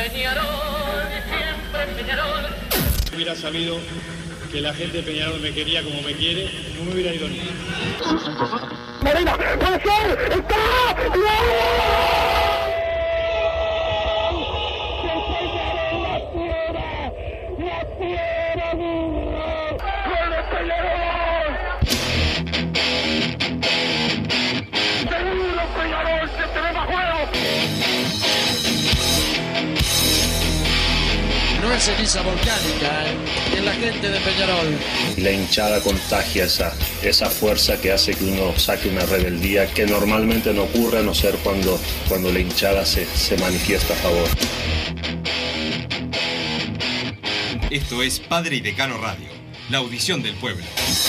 Peñarol, siempre Peñarol. Si hubiera sabido que la gente de Peñarol me quería como me quiere, no me hubiera ido ni. ¡Marina! ¡Puede ser! ¡Está! No es ceniza volcánica, es la gente de Peñarol. La hinchada contagia esa fuerza que hace que uno saque una rebeldía que normalmente no ocurre a no ser cuando la hinchada se manifiesta a favor. Esto es Padre y Decano Radio, la audición del pueblo.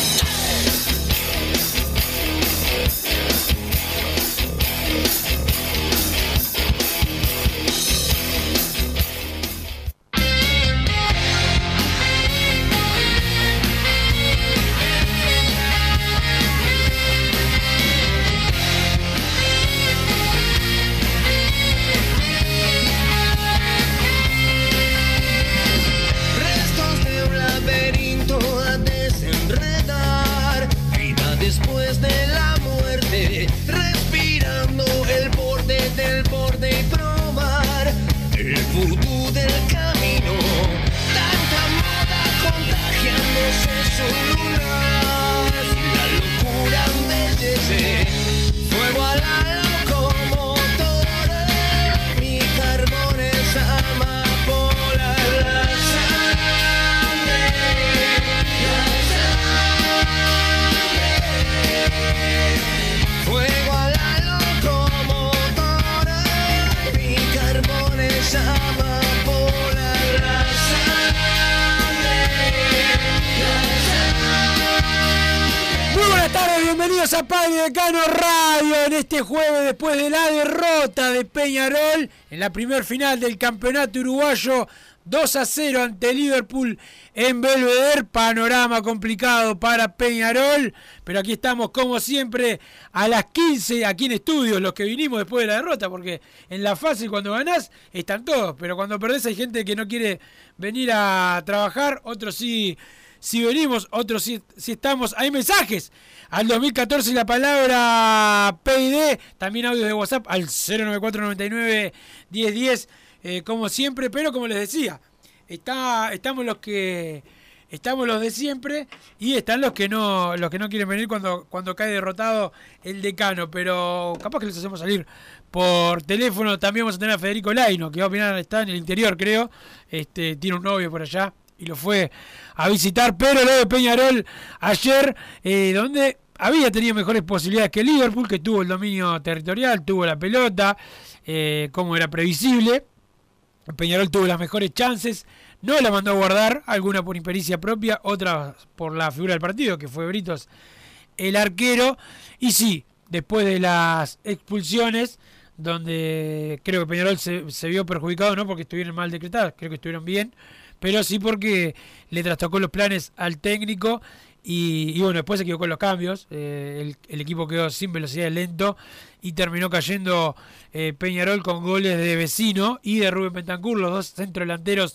Bienvenidos a Padre y Decano Radio en este jueves después de la derrota de Peñarol en la primer final del campeonato uruguayo 2-0 ante Liverpool en Belvedere. Panorama complicado para Peñarol, pero aquí estamos como siempre a las 15 aquí en estudios, los que vinimos después de la derrota, porque en la fácil cuando ganás están todos, pero cuando perdés hay gente que no quiere venir a trabajar, otros sí venimos, otros sí estamos. Hay mensajes al 2014 la palabra PID, también audios de WhatsApp al 094991010, como siempre, pero como les decía, estamos los de siempre y están los que no quieren venir cuando cae derrotado el decano, pero capaz que les hacemos salir por teléfono. También vamos a tener a Federico Laino, que va a opinar, está en el interior, creo, tiene un novio por allá y lo fue a visitar, pero lo de Peñarol ayer, donde había tenido mejores posibilidades que Liverpool, que tuvo el dominio territorial, tuvo la pelota, como era previsible. Peñarol tuvo las mejores chances, no la mandó a guardar, alguna por impericia propia, otra por la figura del partido, que fue Britos, el arquero. Y sí, después de las expulsiones, donde creo que Peñarol se vio perjudicado, no porque estuvieron mal decretadas, creo que estuvieron bien, pero sí porque le trastocó los planes al técnico y bueno, después se equivocó en los cambios, el equipo quedó sin velocidad, lento, y terminó cayendo Peñarol con goles de Vecino y de Rubén Bentancur. Los dos centrodelanteros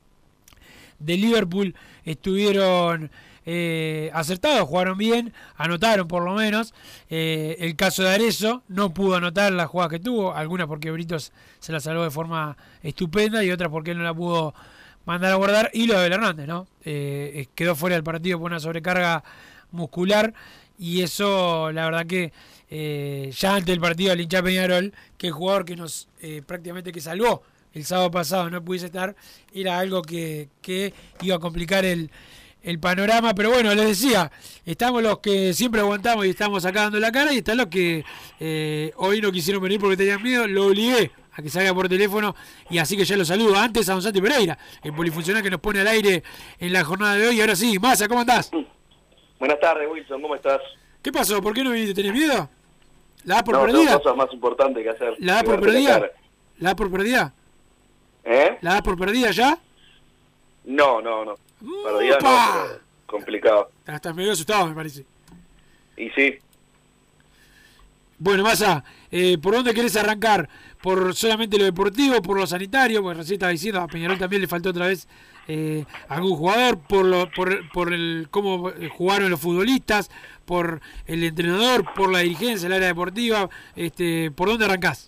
de Liverpool estuvieron acertados, jugaron bien, anotaron por lo menos. El caso de Arezzo no pudo anotar las jugadas que tuvo, algunas porque Britos se la salvó de forma estupenda y otras porque él no la pudo mandar a guardar. Y lo de Abel Hernández, ¿no? Quedó fuera del partido por una sobrecarga muscular y eso, la verdad que ya antes del partido al hincha Peñarol, que el jugador que nos prácticamente que salvó el sábado pasado no pudiese estar, era algo que iba a complicar el panorama. Pero bueno, les decía, estamos los que siempre aguantamos y estamos acá dando la cara, y están los que hoy no quisieron venir porque tenían miedo. Lo obligué a que salga por teléfono y así que ya lo saludo. Antes a Don Santi Pereira, el polifuncional que nos pone al aire en la jornada de hoy. Y ahora sí, Massa, ¿cómo andás? Buenas tardes, Wilson, ¿cómo estás? ¿Qué pasó? ¿Por qué no viniste? ¿Tenés miedo? ¿La das por perdida? Tengo cosas más importantes que hacer. ¿La das por perdida? ¿La das por perdida? ¿La das por perdida ya? No. Perdida no, pero complicado. Estás medio asustado, me parece. Y sí. Bueno, Massa, ¿por dónde querés arrancar? ¿Por solamente lo deportivo, por lo sanitario? Porque recién estaba diciendo, a Peñarol también le faltó otra vez algún jugador, por el cómo jugaron los futbolistas, por el entrenador, por la dirigencia, el área deportiva. ¿Por dónde arrancás?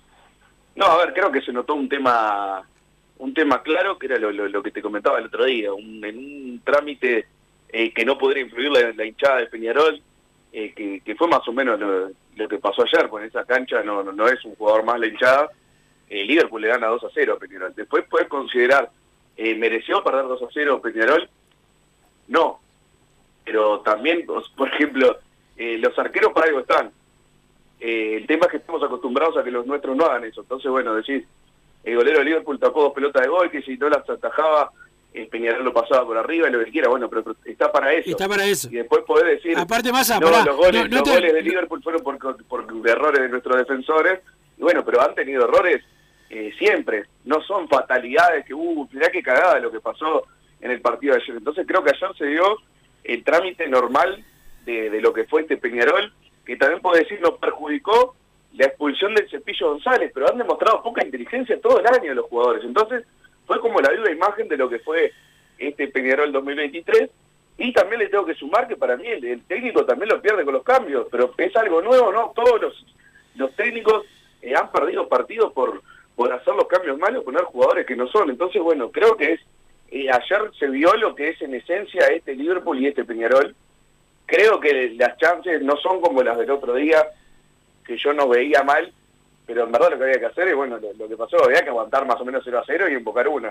No, a ver, creo que se notó un tema claro, que era lo que te comentaba el otro día, en un trámite que no podría influir la hinchada de Peñarol, que fue más o menos lo que pasó ayer. Con esa cancha no es un jugador más la hinchada. Liverpool le gana 2-0 a Peñarol. Después puedes considerar, ¿mereció perder 2-0 a Peñarol? No. Pero también, por ejemplo, los arqueros para algo están. El tema es que estamos acostumbrados a que los nuestros no hagan eso. Entonces, bueno, decís, el golero de Liverpool tapó 2 pelotas de gol, que si no las atajaba, Peñarol lo pasaba por arriba y lo que quiera. Bueno, pero está para eso. Está para eso. Y después podés decir, aparte, Massa, no, los goles de Liverpool fueron por errores de nuestros defensores. Y bueno, pero han tenido errores siempre. No son fatalidades que mirá qué cagada lo que pasó en el partido de ayer. Entonces creo que ayer se dio el trámite normal de lo que fue Peñarol, que también puedo decir nos perjudicó la expulsión del Cepillo González, pero han demostrado poca inteligencia todo el año los jugadores. Entonces fue como la viva imagen de lo que fue Peñarol 2023, y también le tengo que sumar que para mí el técnico también lo pierde con los cambios, pero es algo nuevo, ¿no? Todos los técnicos han perdido partidos por hacer los cambios malos, poner jugadores que no son. Entonces, bueno, creo que ayer se vio lo que es en esencia Liverpool y Peñarol. Creo que las chances no son como las del otro día, que yo no veía mal, pero en verdad lo que había que hacer es, bueno, lo que pasó, había que aguantar más o menos 0-0 y embocar una.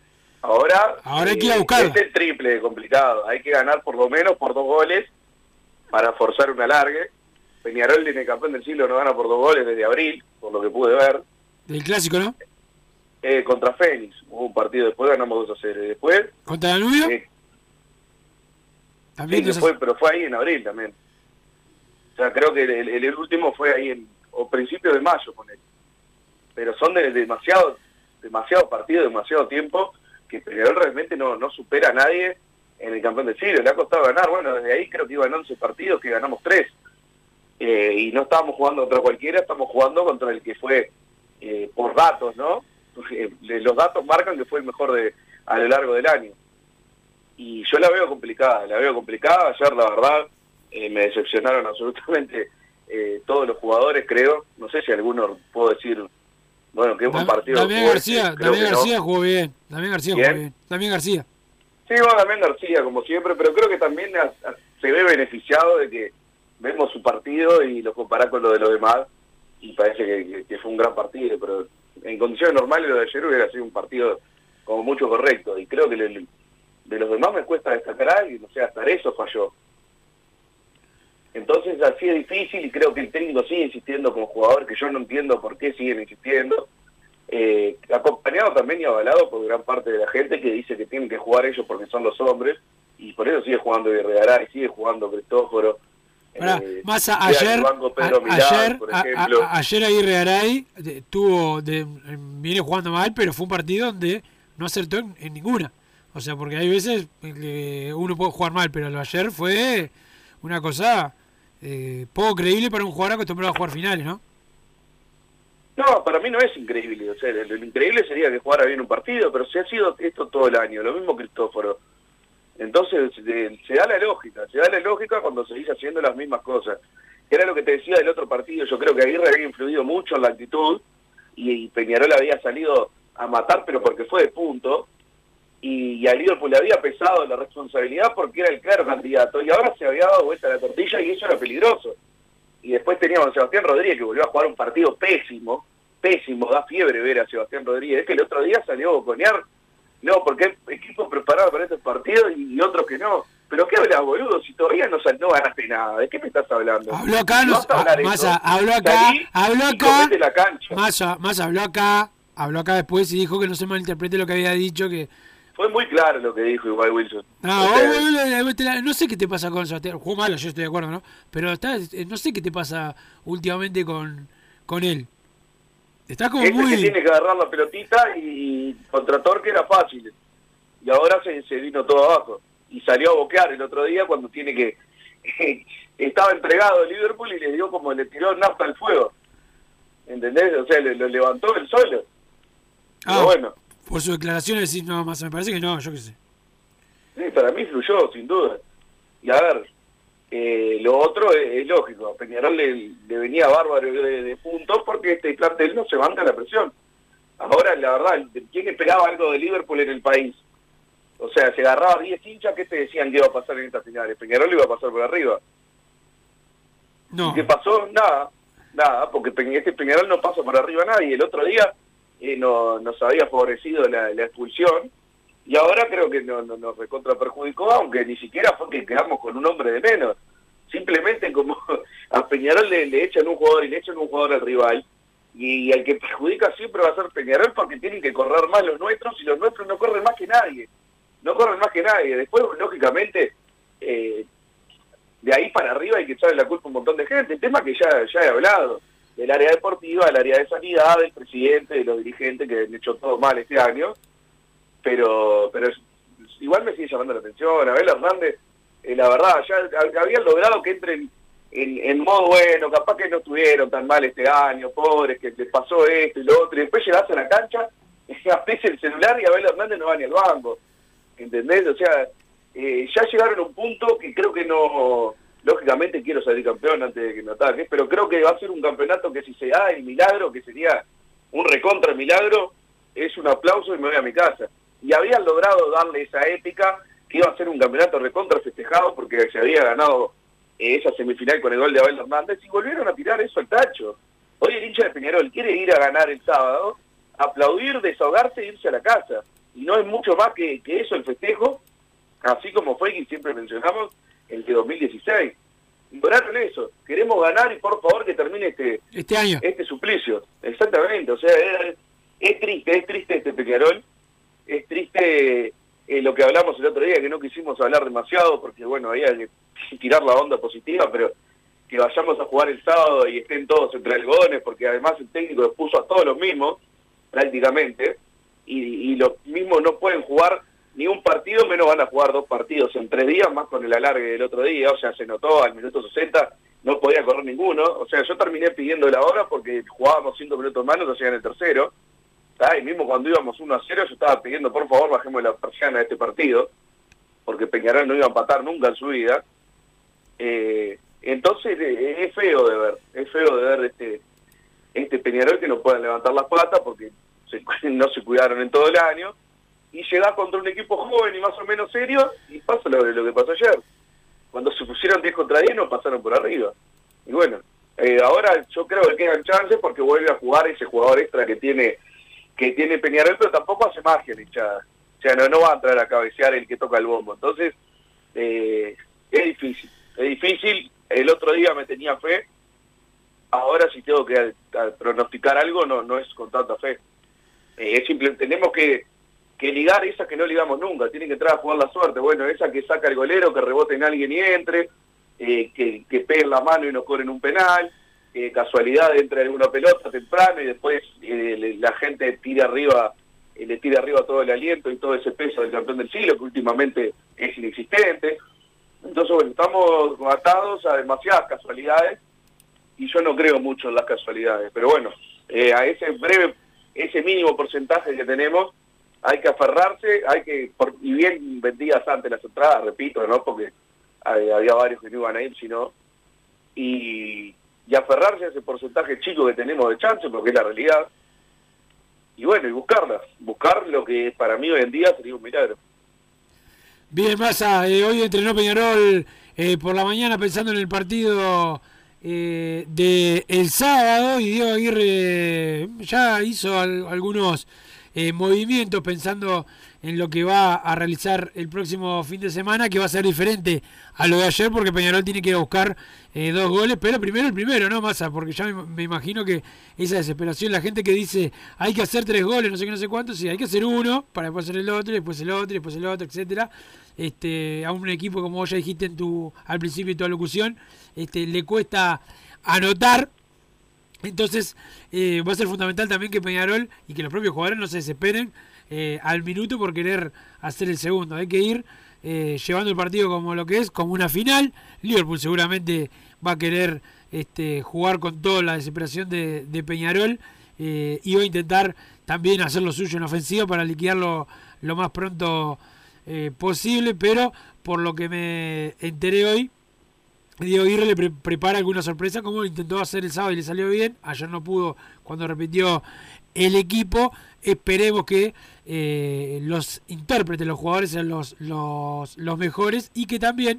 Ahora hay que ir a buscar. Es el triple complicado, hay que ganar por lo menos por 2 goles para forzar un alargue. Peñarol en el campeón del siglo no gana por 2 goles desde abril, por lo que pude ver. Del clásico, ¿no? Contra Fénix, hubo un partido después, ganamos 2-0. Después, ¿contra Danubio? También sí, después, pero fue ahí en abril también. O sea, creo que el último fue ahí o principios de mayo, con él. Pero son demasiado partidos, demasiado tiempo, que Peñarol realmente no supera a nadie en el campeón del siglo. Le ha costado ganar, bueno, desde ahí creo que iban 11 partidos, que ganamos 3. Y no estábamos jugando contra cualquiera, estamos jugando contra el que fue, por datos, ¿no? Los datos marcan que fue el mejor a lo largo del año. Y yo la veo complicada. Ayer, la verdad, me decepcionaron absolutamente todos los jugadores, creo. No sé si alguno puedo decir, bueno, que es un partido. Damián García jugó bien. Damián García jugó bien. Damián García. Sí, bueno, Damián García, como siempre, pero creo que también se ve beneficiado de que vemos su partido y lo comparás con lo de los demás, y parece que fue un gran partido, pero en condiciones normales lo de ayer hubiera sido un partido como mucho correcto, y creo que de los demás me cuesta destacar a alguien, o sea, hasta eso falló. Entonces así es difícil, y creo que el técnico sigue insistiendo con jugadores que yo no entiendo por qué siguen insistiendo, acompañado también y avalado por gran parte de la gente que dice que tienen que jugar ellos porque son los hombres, y por eso sigue jugando Virregaray, sigue jugando Cristóforo. Massa, ayer Aguirre Garay viene jugando mal, pero fue un partido donde no acertó en ninguna. O sea, porque hay veces que uno puede jugar mal, pero lo de ayer fue una cosa poco creíble para un jugador acostumbrado a jugar finales, ¿no? No, para mí no es increíble. O sea, lo increíble sería que jugara bien un partido, pero se ha sido esto todo el año, lo mismo Cristóforo. Entonces se da la lógica cuando seguís haciendo las mismas cosas. Era lo que te decía del otro partido. Yo creo que Aguirre había influido mucho en la actitud, y Peñarol había salido a matar, pero porque fue de punto, y a Liverpool le había pesado la responsabilidad porque era el claro candidato, y ahora se había dado vuelta la tortilla, y eso era peligroso. Y después teníamos a Sebastián Rodríguez, que volvió a jugar un partido pésimo, da fiebre ver a Sebastián Rodríguez, que el otro día salió a boconear. No, porque hay equipos preparados para estos partidos y otros que no. ¿Pero qué hablas, boludo? Si todavía no ganaste nada. ¿De qué me estás hablando? Habló acá, Massa, habló acá después y dijo que no se malinterprete lo que había dicho, que... Fue muy claro lo que dijo igual Wilson. No sé qué te pasa con Sebastián. Jugó malo, yo estoy de acuerdo, ¿no? Pero no sé qué te pasa últimamente con él. Está como muy... que tiene que agarrar la pelotita, y contra Torque era fácil. Y ahora se vino todo abajo. Y salió a boquear el otro día cuando tiene que estaba entregado a Liverpool y le dio como le tiró nafta al fuego. ¿Entendés? O sea, lo levantó él solo. Pero bueno. Por sus declaraciones decís, no, más me parece que no, yo qué sé. Sí, para mí fluyó, sin duda. Y a ver, lo otro es lógico. A Peñarol le venía bárbaro de puntos porque este plantel no se banca la presión. Ahora, la verdad, ¿quién esperaba algo de Liverpool en el país? O sea, se agarraba 10 hinchas que te decían que iba a pasar en estas finales. Peñarol iba a pasar por arriba. No. ¿Y qué pasó? Nada, porque este Peñarol no pasa por arriba a nadie. El otro día nos había favorecido la expulsión y ahora creo que nos recontra perjudicó, aunque ni siquiera fue que quedamos con un hombre de menos. Simplemente como a Peñarol le echan un jugador y le echan un jugador al rival, y el que perjudica siempre va a ser Peñarol porque tienen que correr más los nuestros y los nuestros no corren más que nadie. Después, lógicamente, de ahí para arriba hay que echarle la culpa a un montón de gente. El tema que ya he hablado, del área deportiva, del área de sanidad, del presidente, de los dirigentes que han hecho todo mal este año, pero igual me sigue llamando la atención. Abel Hernández, la verdad, ya habían logrado que entren en modo bueno, capaz que no estuvieron tan mal este año, pobres, que les pasó esto y lo otro, y después llegás a la cancha, abrís el celular y Abel Hernández no va ni al banco, ¿entendés? O sea, ya llegaron a un punto que creo que no, lógicamente quiero salir campeón antes de que me ataques, pero creo que va a ser un campeonato que si se da el milagro, que sería un recontra milagro, es un aplauso y me voy a mi casa. Y habían logrado darle esa épica, que iba a ser un campeonato recontra festejado porque se había ganado esa semifinal con el gol de Abel Hernández, y volvieron a tirar eso al tacho. Hoy el hincha de Peñarol quiere ir a ganar el sábado, aplaudir, desahogarse e irse a la casa. Y no es mucho más que eso el festejo, así como fue, y siempre mencionamos, el de 2016. Lograron eso. Queremos ganar y por favor que termine este año, este suplicio. Exactamente. O sea, es triste este Peñarol. Es triste lo que hablamos el otro día, que no quisimos hablar demasiado porque, bueno, había que tirar la onda positiva, pero que vayamos a jugar el sábado y estén todos entre algodones, porque además el técnico les puso a todos los mismos, prácticamente, y los mismos no pueden jugar ni un partido, menos van a jugar 2 partidos en 3 días, más con el alargue del otro día. O sea, se notó al minuto 60, no podía correr ninguno. O sea, yo terminé pidiendo la hora porque jugábamos 5 minutos más, nos hacían el tercero. Y mismo cuando íbamos 1-0, yo estaba pidiendo, por favor, bajemos la persiana de este partido, porque Peñarol no iba a empatar nunca en su vida. Entonces, es feo de ver este Peñarol que no puedan levantar las patas porque no se cuidaron en todo el año. Y llegás contra un equipo joven y más o menos serio, y pasa lo que pasó ayer. Cuando se pusieron 10 contra 10, nos pasaron por arriba. Y bueno, ahora yo creo que quedan chances porque vuelve a jugar ese jugador extra que tiene Peñarol, pero tampoco hace magia la hinchada. O sea, no va a entrar a cabecear el que toca el bombo. Entonces, es difícil. El otro día me tenía fe. Ahora si tengo que pronosticar algo, no es con tanta fe. Es simple, tenemos que ligar esa que no ligamos nunca, tienen que entrar a jugar la suerte. Bueno, esa que saca el golero, que rebote en alguien y entre, que peguen la mano y nos cobren un penal, casualidad entre alguna pelota temprano y después la gente le tira arriba todo el aliento y todo ese peso del campeón del siglo, que últimamente es inexistente. Entonces, bueno, estamos atados a demasiadas casualidades y yo no creo mucho en las casualidades, pero bueno, a ese mínimo porcentaje que tenemos, hay que aferrarse, y bien vendidas antes las entradas, repito, ¿no? Porque había varios que no iban a ir, sino, y aferrarse a ese porcentaje chico que tenemos de chance, porque es la realidad, y bueno, y buscar lo que para mí hoy en día sería un milagro. Bien, Massa, hoy entrenó Peñarol por la mañana pensando en el partido de el sábado, y Diego Aguirre ya hizo algunos movimientos pensando en lo que va a realizar el próximo fin de semana, que va a ser diferente a lo de ayer, porque Peñarol tiene que ir a buscar 2 goles, pero primero el primero, ¿no, Massa? Porque ya me imagino que esa desesperación, la gente que dice hay que hacer 3 goles, no sé qué, no sé cuánto, sí, hay que hacer uno, para después hacer el otro, después el otro, después el otro, etcétera. A un equipo, como vos ya dijiste al principio de tu alocución, le cuesta anotar. Entonces va a ser fundamental también que Peñarol y que los propios jugadores no se desesperen al minuto por querer hacer el segundo. Hay que ir llevando el partido como lo que es, como una final. Liverpool seguramente va a querer jugar con toda la desesperación de Peñarol y va a intentar también hacer lo suyo en ofensiva para liquidarlo lo más pronto posible, pero por lo que me enteré hoy, Diego Aguirre le prepara alguna sorpresa, como lo intentó hacer el sábado y le salió bien. Ayer no pudo cuando repitió el equipo. Esperemos que los intérpretes, los jugadores sean los mejores y que también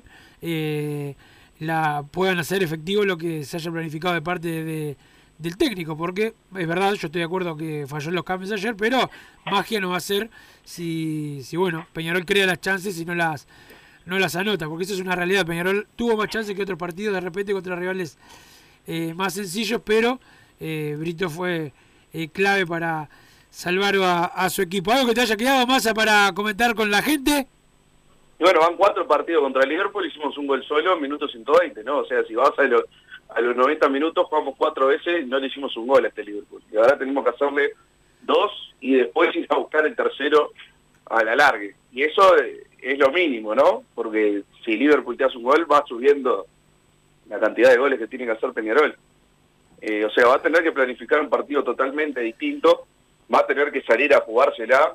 puedan hacer efectivo lo que se haya planificado de parte del técnico, porque es verdad, yo estoy de acuerdo que falló en los cambios ayer, pero magia no va a ser si bueno, Peñarol crea las chances y no las anota, porque eso es una realidad. Peñarol tuvo más chances que otros partidos de repente contra rivales más sencillos, pero Brito fue clave para salvar a su equipo. ¿Algo que te haya quedado, Massa, para comentar con la gente? Y bueno, van 4 partidos contra el Liverpool, hicimos un gol solo en minuto 120, ¿no? O sea, si vas a los 90 minutos, jugamos 4 veces y no le hicimos un gol a este Liverpool. Y ahora tenemos que hacerle 2 y después ir a buscar el tercero a la largue. Y eso es lo mínimo, ¿no? Porque si Liverpool te hace un gol, va subiendo la cantidad de goles que tiene que hacer Peñarol. O sea, va a tener que planificar un partido totalmente distinto, va a tener que salir a jugársela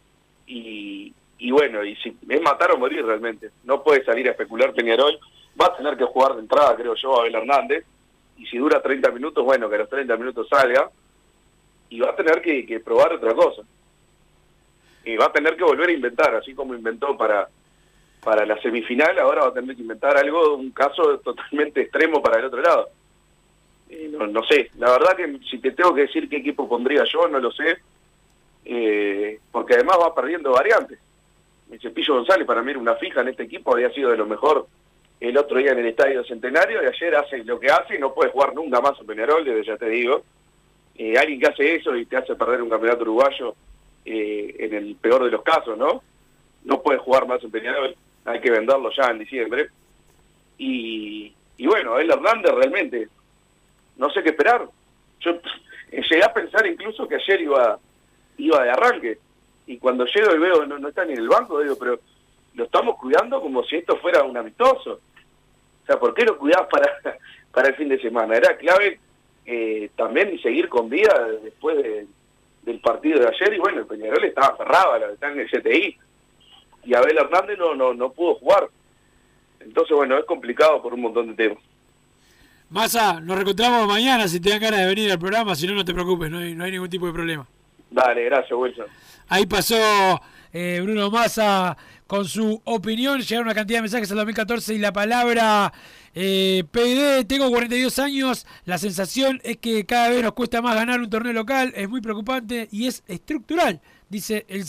y bueno, y si es matar o morir realmente. No puede salir a especular Peñarol, va a tener que jugar de entrada, creo yo, a Abel Hernández, y si dura 30 minutos, bueno, que a los 30 minutos salga, y va a tener que probar otra cosa. Y va a tener que volver a inventar, así como inventó para la semifinal, ahora va a tener que inventar algo, un caso totalmente extremo para el otro lado. No sé, la verdad que si te tengo que decir qué equipo pondría yo, no lo sé, porque además va perdiendo variantes. El Cepillo González para mí era una fija en este equipo, había sido de lo mejor el otro día en el Estadio Centenario, y ayer hace lo que hace y no puede jugar nunca más en Peñarol, desde ya te digo. Alguien que hace eso y te hace perder un campeonato uruguayo, en el peor de los casos, ¿no? No puede jugar más en Peñarol, hay que venderlo ya en diciembre. Y bueno, Abel Hernández realmente, no sé qué esperar. Yo llegué a pensar incluso que ayer iba de arranque, y cuando llego y veo no está ni en el banco, digo, pero lo estamos cuidando como si esto fuera un amistoso. O sea, ¿por qué lo cuidás para el fin de semana? Era clave también seguir con vida después del partido de ayer, y bueno, el Peñarol estaba aferrado, está en el CTI, y Abel Hernández no pudo jugar. Entonces, bueno, es complicado por un montón de temas. Massa, nos reencontramos mañana si te dan ganas de venir al programa, si no, no te preocupes, no hay ningún tipo de problema. Dale, gracias, Wilson. Ahí pasó Bruno Massa con su opinión. Llegaron una cantidad de mensajes al 2014 y la palabra PD. Tengo 42 años, la sensación es que cada vez nos cuesta más ganar un torneo local, es muy preocupante y es estructural, dice el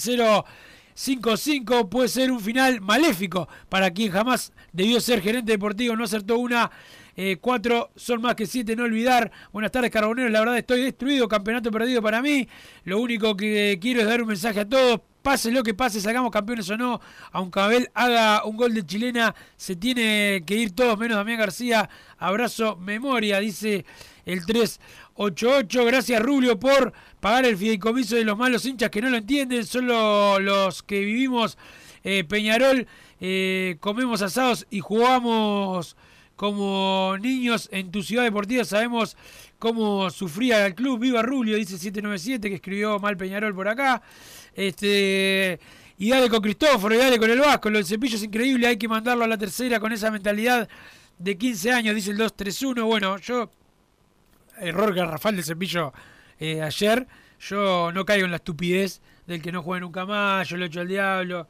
055. Puede ser un final maléfico para quien jamás debió ser gerente deportivo, no acertó una. 4 son más que 7, no olvidar. Buenas tardes, Carboneros, la verdad estoy destruido, campeonato perdido para mí. Lo único que quiero es dar un mensaje a todos: pase lo que pase, sacamos campeones o no, aunque Abel haga un gol de chilena, se tiene que ir todos menos Damián García. Abrazo, memoria, dice el 388. Gracias, Rubio, por pagar el fideicomiso de los malos hinchas que no lo entienden. Solo los que vivimos Peñarol comemos asados y jugamos como niños en tu ciudad deportiva, sabemos cómo sufría el club. Viva Rubio, dice 797, que escribió mal Peñarol por acá. Y dale con Cristóforo, y dale con el Vasco. Lo del Cepillo es increíble, hay que mandarlo a la tercera con esa mentalidad de 15 años, dice el 231. Bueno, error garrafal del Cepillo ayer. Yo no caigo en la estupidez del que no juegue nunca más, yo lo echo al diablo.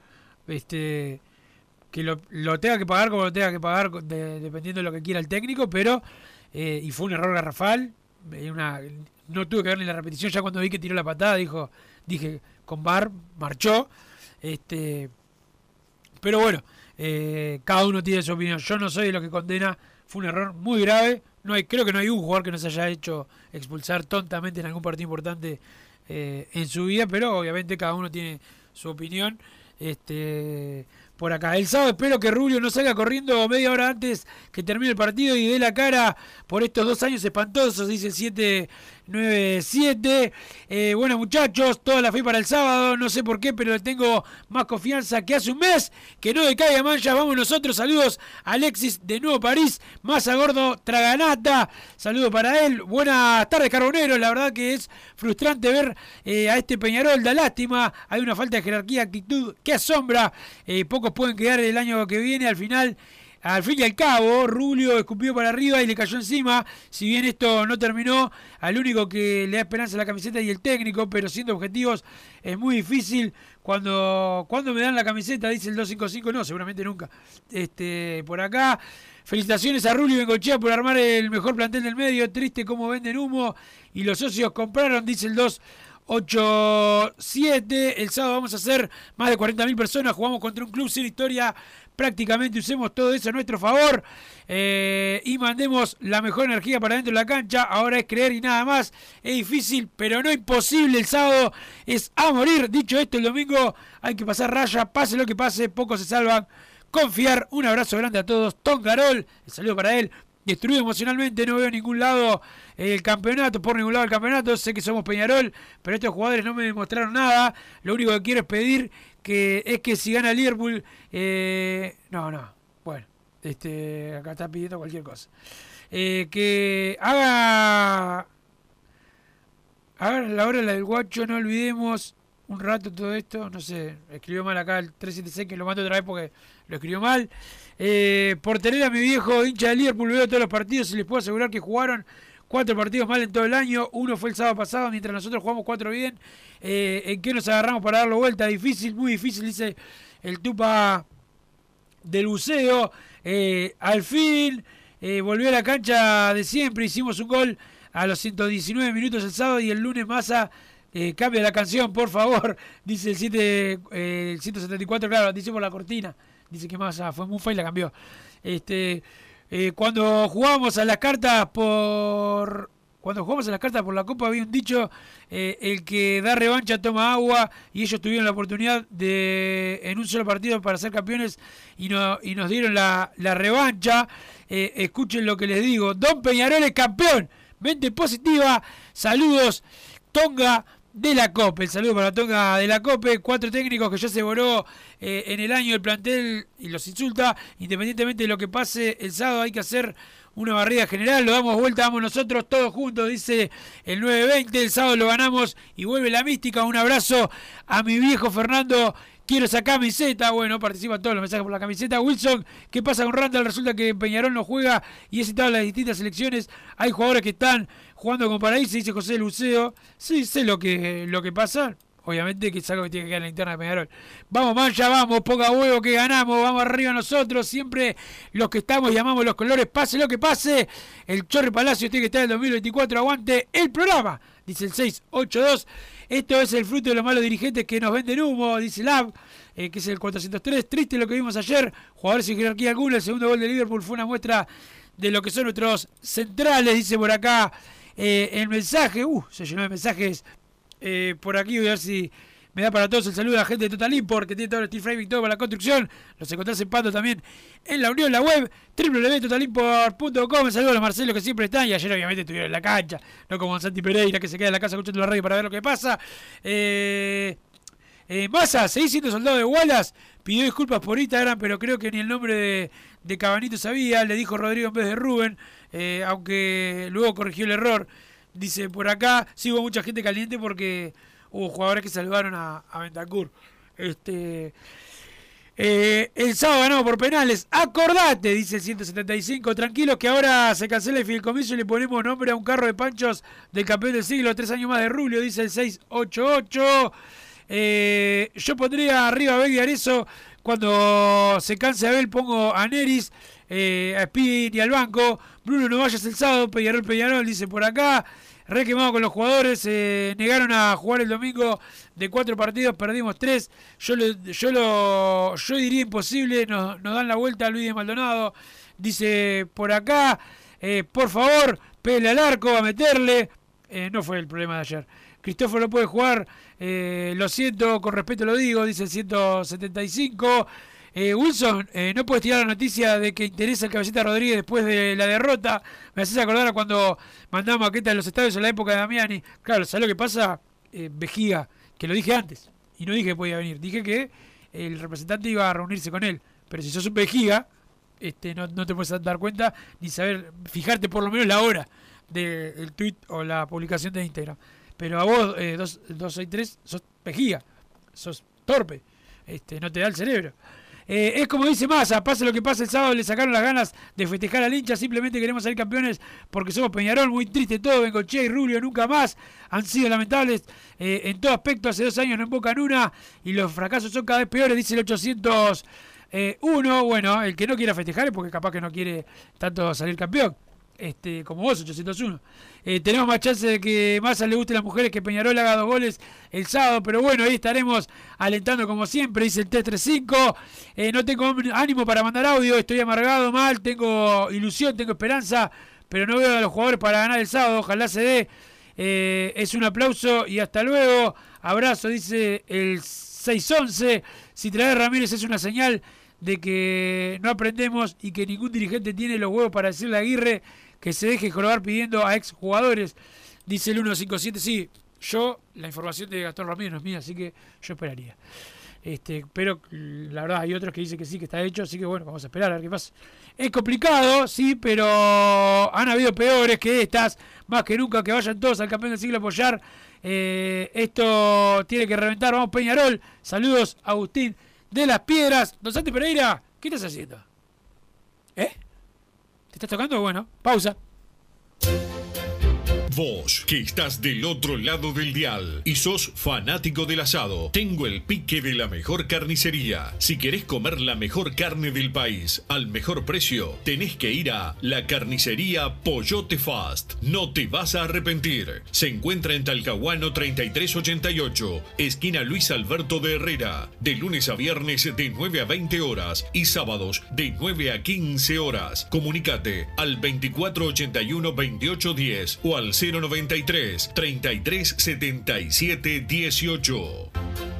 Que lo tenga que pagar como lo tenga que pagar, dependiendo de lo que quiera el técnico, pero y fue un error garrafal. No tuve que ver ni la repetición, ya cuando vi que tiró la patada dije con VAR marchó. Pero bueno, cada uno tiene su opinión. Yo no soy de los que condena, fue un error muy grave. Creo que no hay un jugador que no se haya hecho expulsar tontamente en algún partido importante en su vida, pero obviamente cada uno tiene su opinión. Por acá. El sábado espero que Rubio no salga corriendo media hora antes que termine el partido y dé la cara por estos 2 años espantosos, dice 7 97. Bueno, muchachos, toda la fe para el sábado. No sé por qué, pero tengo más confianza que hace un mes. Que no decaiga Mancha. Vamos nosotros. Saludos a Alexis de Nuevo París. Massa Gordo Traganata. Saludos para él. Buenas tardes, Carboneros. La verdad que es frustrante ver a este Peñarol. Da lástima. Hay una falta de jerarquía, actitud que asombra. Pocos pueden quedar el año que viene. Al fin y al cabo, Rubio escupió para arriba y le cayó encima. Si bien esto no terminó, al único que le da esperanza a la camiseta y el técnico, pero siendo objetivos es muy difícil. Cuando me dan la camiseta, dice el 255, no, seguramente nunca. Por acá, felicitaciones a Rubio y Bengochea por armar el mejor plantel del medio. Triste cómo venden humo y los socios compraron, dice el 287. El sábado vamos a hacer más de 40.000 personas. Jugamos contra un club sin historia. Prácticamente usemos todo eso a nuestro favor y mandemos la mejor energía para dentro de la cancha. Ahora es creer y nada más. Es difícil, pero no imposible. El sábado es a morir. Dicho esto, el domingo hay que pasar raya. Pase lo que pase, pocos se salvan. Confiar. Un abrazo grande a todos. Tom Carol, el saludo para él. Destruido emocionalmente, no veo en ningún lado el campeonato, por ningún lado el campeonato. Sé que somos Peñarol, pero estos jugadores no me demostraron nada. Lo único que quiero es pedir que si gana Liverpool, bueno, acá está pidiendo cualquier cosa. Que haga la hora del guacho, no olvidemos un rato todo esto. No sé, escribió mal acá el 376, que lo mando otra vez porque lo escribió mal. Por tener a mi viejo hincha de Liverpool, veo todos los partidos y les puedo asegurar que jugaron 4 partidos mal en todo el año. Uno fue el sábado pasado, mientras nosotros jugamos 4 bien. ¿En qué nos agarramos para darlo vuelta? Difícil, muy difícil, dice el Tupa del Buceo. Al fin volvió a la cancha de siempre. Hicimos un gol a los 119 minutos el sábado y el lunes Massa cambia la canción, por favor. Dice el 174, claro, dice por la cortina. Dice que Massa fue Mufa y la cambió. Cuando jugábamos a las cartas por la Copa había un dicho, el que da revancha toma agua, y ellos tuvieron la oportunidad de en un solo partido para ser campeones y nos dieron la revancha. Escuchen lo que les digo. Don Peñarol es campeón. Mente positiva. Saludos, Tonga de la COPE. El saludo para Tonga de la COPE. 4 técnicos que ya se voló en el año el plantel y los insulta. Independientemente de lo que pase el sábado, hay que hacer una barrida general. Lo damos vuelta, vamos nosotros todos juntos, dice el 920. El sábado lo ganamos y vuelve la mística. Un abrazo a mi viejo Fernando. Quiero esa camiseta. Bueno, participan todos los mensajes por la camiseta. Wilson, ¿qué pasa con Randall? Resulta que Peñarol no juega y es citado en las distintas selecciones. Hay jugadores que están jugando con Paraíso, dice José Luceo. Sí, sé lo que pasa. Obviamente que es algo que tiene que quedar en la interna de Peñarol. Vamos, Mancha, vamos, ponga huevo que ganamos, vamos arriba nosotros, siempre los que estamos y amamos los colores, pase lo que pase. El Chorri Palacio tiene que estar en el 2024, aguante el programa, dice el 682. Esto es el fruto de los malos dirigentes que nos venden humo, dice Lab, que es el 403. Triste lo que vimos ayer, jugadores sin jerarquía alguna. El segundo gol de Liverpool fue una muestra de lo que son nuestros centrales, dice por acá el mensaje. Se llenó de mensajes. Por aquí voy a ver si me da para todos el saludo a la gente de Total Import, que tiene todo el steel framing, todo para la construcción. Los encontrás en Pato también en la unión, la web www.totalimport.com. El saludo a los Marcelos que siempre están, y ayer obviamente estuvieron en la cancha, no como Santi Pereira que se queda en la casa escuchando la radio para ver lo que pasa. Massa, seguís siendo soldado de Wallace, pidió disculpas por Instagram, pero creo que ni el nombre de Cabanito sabía, le dijo Rodrigo en vez de Rubén, aunque luego corrigió el error. Dice por acá, sí hubo mucha gente caliente porque hubo jugadores que salvaron a Bentancur. El sábado ganamos por penales. Acordate, dice el 175. Tranquilos que ahora se cancela el fideicomiso y le ponemos nombre a un carro de panchos del campeón del siglo. 3 años más de Rubio, dice el 688. Yo pondría arriba a Vega y Arezzo. Cuando se canse Abel pongo a Neris, a Spin y al banco. Bruno, no vayas el sábado. Peñarol, dice por acá. Re quemado con los jugadores. Negaron a jugar el domingo. De 4 partidos perdimos 3. Yo diría imposible. Nos dan la vuelta a Luis de Maldonado. Dice por acá. Por favor, pele al arco a meterle. No fue el problema de ayer. Cristóforo no puede jugar. Lo siento, con respeto lo digo, dice el 175. Wilson, no puedes tirar la noticia de que interesa el Cabecita Rodríguez después de la derrota. Me haces acordar a cuando mandamos maquetas de los estadios en la época de Damiani. Claro, ¿sabes lo que pasa? Vejiga, que lo dije antes, y no dije que podía venir. Dije que el representante iba a reunirse con él. Pero si sos un vejiga, no te puedes dar cuenta ni saber, fijarte por lo menos la hora del tweet o la publicación de Instagram. Pero a vos, 263, sos vejiga, sos torpe, no te da el cerebro. Es como dice Massa, pase lo que pase el sábado, le sacaron las ganas de festejar al hincha, simplemente queremos salir campeones porque somos Peñarol, muy triste todo, Bengochea y Rubio nunca más, han sido lamentables en todo aspecto, hace 2 años no invocan una y los fracasos son cada vez peores, dice el 801, bueno, el que no quiera festejar es porque capaz que no quiere tanto salir campeón. Como vos, 801. Tenemos más chance de que Massa le guste a las mujeres que Peñarol haga 2 goles el sábado, pero bueno, ahí estaremos alentando como siempre, dice el T35. No tengo ánimo para mandar audio, estoy amargado, mal, tengo ilusión, tengo esperanza, pero no veo a los jugadores para ganar el sábado, ojalá se dé. Es un aplauso y hasta luego. Abrazo, dice el 611. Si traer Ramírez es una señal de que no aprendemos y que ningún dirigente tiene los huevos para decirle a Aguirre que se deje jorobar pidiendo a ex jugadores, dice el 157. Sí, la información de Gastón Ramírez no es mía, así que yo esperaría. Pero la verdad hay otros que dicen que sí, que está hecho, así que bueno, vamos a esperar a ver qué pasa. Es complicado, sí, pero han habido peores que estas, más que nunca, que vayan todos al campeón del siglo a apoyar. Esto tiene que reventar, vamos Peñarol. Saludos, Agustín de las Piedras. Don Santi Pereira, ¿qué estás haciendo? ¿Te estás tocando? Bueno, pausa. Vos, que estás del otro lado del dial y sos fanático del asado, tengo el pique de la mejor carnicería. Si querés comer la mejor carne del país al mejor precio, tenés que ir a la carnicería Pollote Fast. No te vas a arrepentir. Se encuentra en Talcahuano 3388, esquina Luis Alberto de Herrera, de lunes a viernes de 9 a 20 horas y sábados de 9 a 15 horas. Comunicate al 2481-2810 o al 093 33 77 18.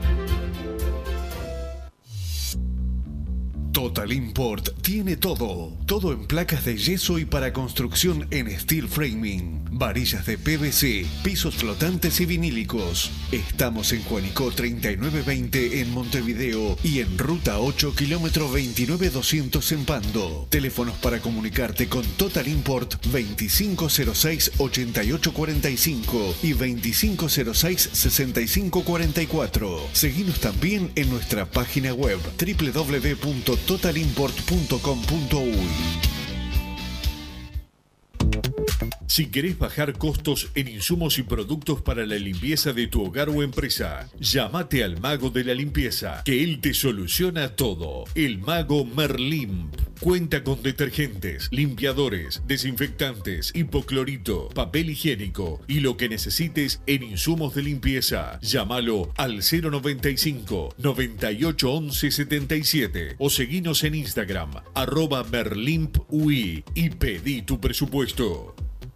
Total Import tiene todo en placas de yeso y para construcción en steel framing, varillas de PVC, pisos flotantes y vinílicos. Estamos en Juanico 3920 en Montevideo y en Ruta 8, kilómetro 29200 en Pando. Teléfonos para comunicarte con Total Import 2506-8845 y 2506-6544. Seguinos también en nuestra página web www.totalimport.com.uy. Si querés bajar costos en insumos y productos para la limpieza de tu hogar o empresa, llámate al mago de la limpieza, que él te soluciona todo. El mago Merlimp. Cuenta con detergentes, limpiadores, desinfectantes, hipoclorito, papel higiénico y lo que necesites en insumos de limpieza. Llámalo al 095 98 11 77 o seguinos en Instagram @merlimpui y pedí tu presupuesto.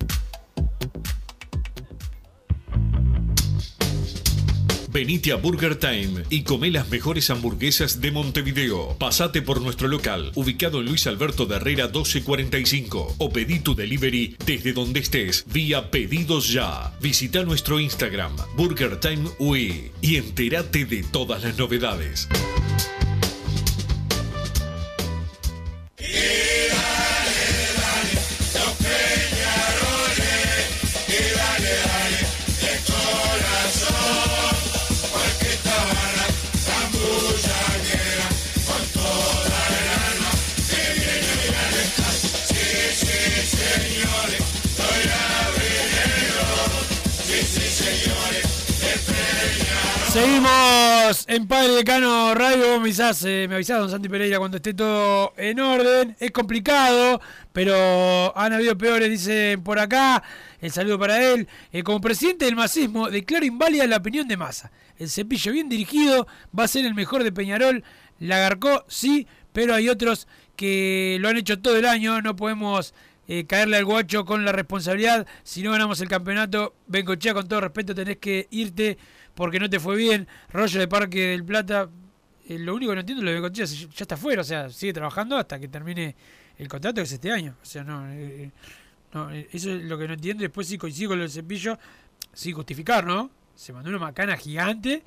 Venite a Burger Time y come las mejores hamburguesas de Montevideo. Pasate por nuestro local, ubicado en Luis Alberto de Herrera 1245, o pedí tu delivery desde donde estés, vía Pedidos Ya. Visita nuestro Instagram, Burger Time UI, y entérate de todas las novedades. Seguimos en Padre Decano Radio. Me avisás, don Santi Pereira, cuando esté todo en orden. Es complicado, pero han habido peores, dicen por acá. El saludo para él. Como presidente del masismo, declaro inválida la opinión de Massa. El cepillo bien dirigido va a ser el mejor de Peñarol. La Garcó, sí, pero hay otros que lo han hecho todo el año. No podemos caerle al guacho con la responsabilidad. Si no ganamos el campeonato, Bengochea, con todo respeto, tenés que irte porque no te fue bien. Rollo de Parque del Plata, lo único que no entiendo es lo de Bengochea, ya está fuera, o sea, sigue trabajando hasta que termine el contrato, que es este año. O sea, no, eso es lo que no entiendo. Después sí coincido con lo del Cepillo, sin justificar, ¿no? Se mandó una macana gigante,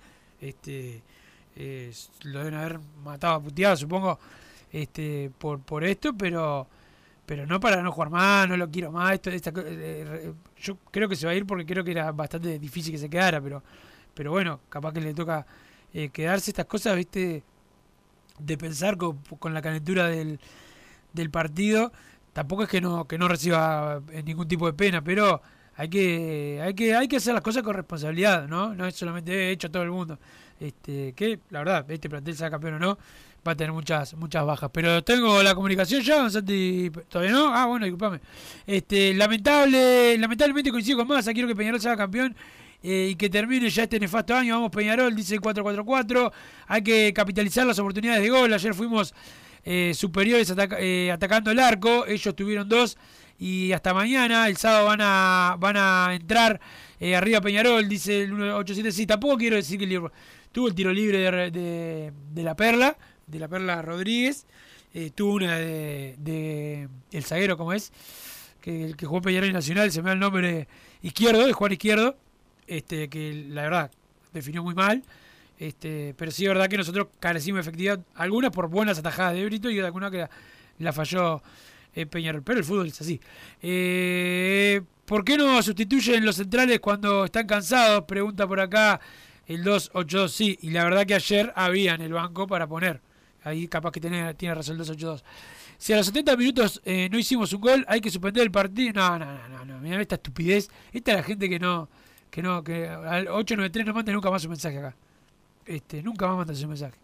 lo deben haber matado a puteado, supongo, por esto, pero no para no jugar más, no lo quiero más. Yo creo que se va a ir porque creo que era bastante difícil que se quedara, pero bueno, capaz que le toca quedarse. Estas cosas, viste, de pensar con la calentura del partido. Tampoco es que no reciba ningún tipo de pena, pero hay que hacer las cosas con responsabilidad, ¿no? No es solamente hecho a todo el mundo. Que la verdad, este plantel, sea campeón o no, va a tener muchas bajas. Pero tengo la comunicación ya, Santi, ¿todavía no? Ah, bueno, disculpame. Lamentablemente coincido con Massa, quiero que Peñarol sea campeón y que termine ya este nefasto año. Vamos Peñarol, dice el 4-4-4. Hay que capitalizar las oportunidades de gol. Ayer fuimos superiores atacando el arco, ellos tuvieron 2 y hasta mañana, el sábado van a entrar arriba Peñarol, dice el 187. Sí, tampoco quiero decir que tuvo el tiro libre de la Perla Rodríguez, tuvo una de el zaguero, como es, que el que jugó Peñarol Nacional, se me da el nombre, Izquierdo, de Juan Izquierdo, que la verdad definió muy mal. Pero sí es verdad que nosotros carecimos de efectividad, algunas por buenas atajadas de Brito y alguna que la falló Peñarol, pero el fútbol es así. ¿Por qué no sustituyen los centrales cuando están cansados? Pregunta por acá el 282. Sí, y la verdad que ayer había en el banco para poner, ahí capaz que tiene razón el 282. Si a los 70 minutos no hicimos un gol, hay que suspender el partido. No, mirá esta estupidez. Esta es la gente que al 893 no mande nunca más un mensaje acá. Nunca más mandas un mensaje.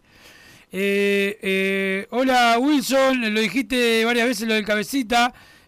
Hola Wilson, lo dijiste varias veces lo del cabecita.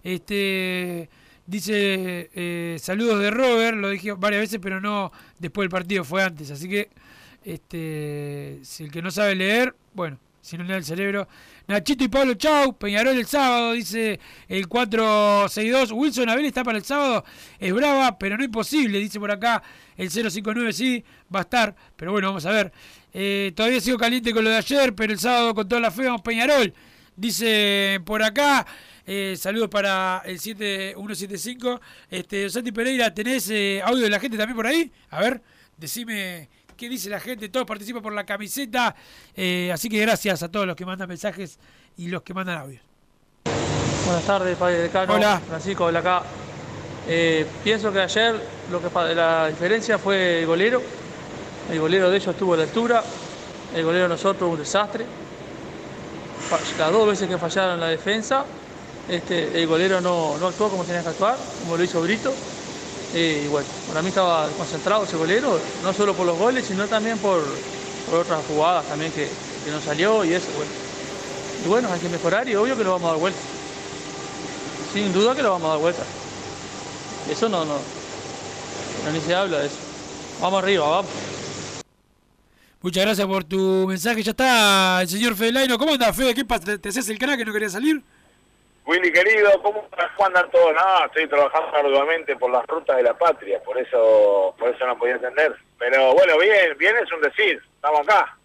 Dice saludos de Robert, lo dije varias veces, pero no después del partido, fue antes. Así que si el que no sabe leer, bueno, si no le da el cerebro. Nachito y Pablo, chau. Peñarol el sábado, dice el 462. Wilson Abel está para el sábado. Es brava, pero no imposible, dice por acá el 059. Sí, va a estar, pero bueno, vamos a ver. Todavía sigo caliente con lo de ayer, pero el sábado con toda la fe vamos Peñarol. Dice por acá, saludos para el 7175. Santi Pereira, ¿tenés audio de la gente también por ahí? A ver, decime qué dice la gente. Todos participan por la camiseta. Así que gracias a todos los que mandan mensajes y los que mandan audio. Buenas tardes, padre decano. Hola. Francisco, habla acá. Pienso que ayer la diferencia fue el golero. El golero de ellos estuvo a la altura. El golero de nosotros un desastre. Las 2 veces que fallaron la defensa, el golero no actuó como tenía que actuar, como lo hizo Brito. Y bueno, para mí estaba concentrado ese golero, no solo por los goles, sino también por otras jugadas también que no salió y eso, bueno. Y bueno, hay que mejorar y obvio que lo vamos a dar vuelta. Sin duda que lo vamos a dar vuelta. Eso no ni se habla de eso. Vamos arriba, vamos. Muchas gracias por tu mensaje. Ya está el señor Fede Laino. ¿Cómo andas, Fede? ¿Qué pasa? ¿Te hacías el crack que no quería salir? Willy, querido, ¿cómo andan todos? No, estoy trabajando arduamente por las rutas de la patria, por eso no podía entender. Pero bueno, bien es un decir. Estamos acá.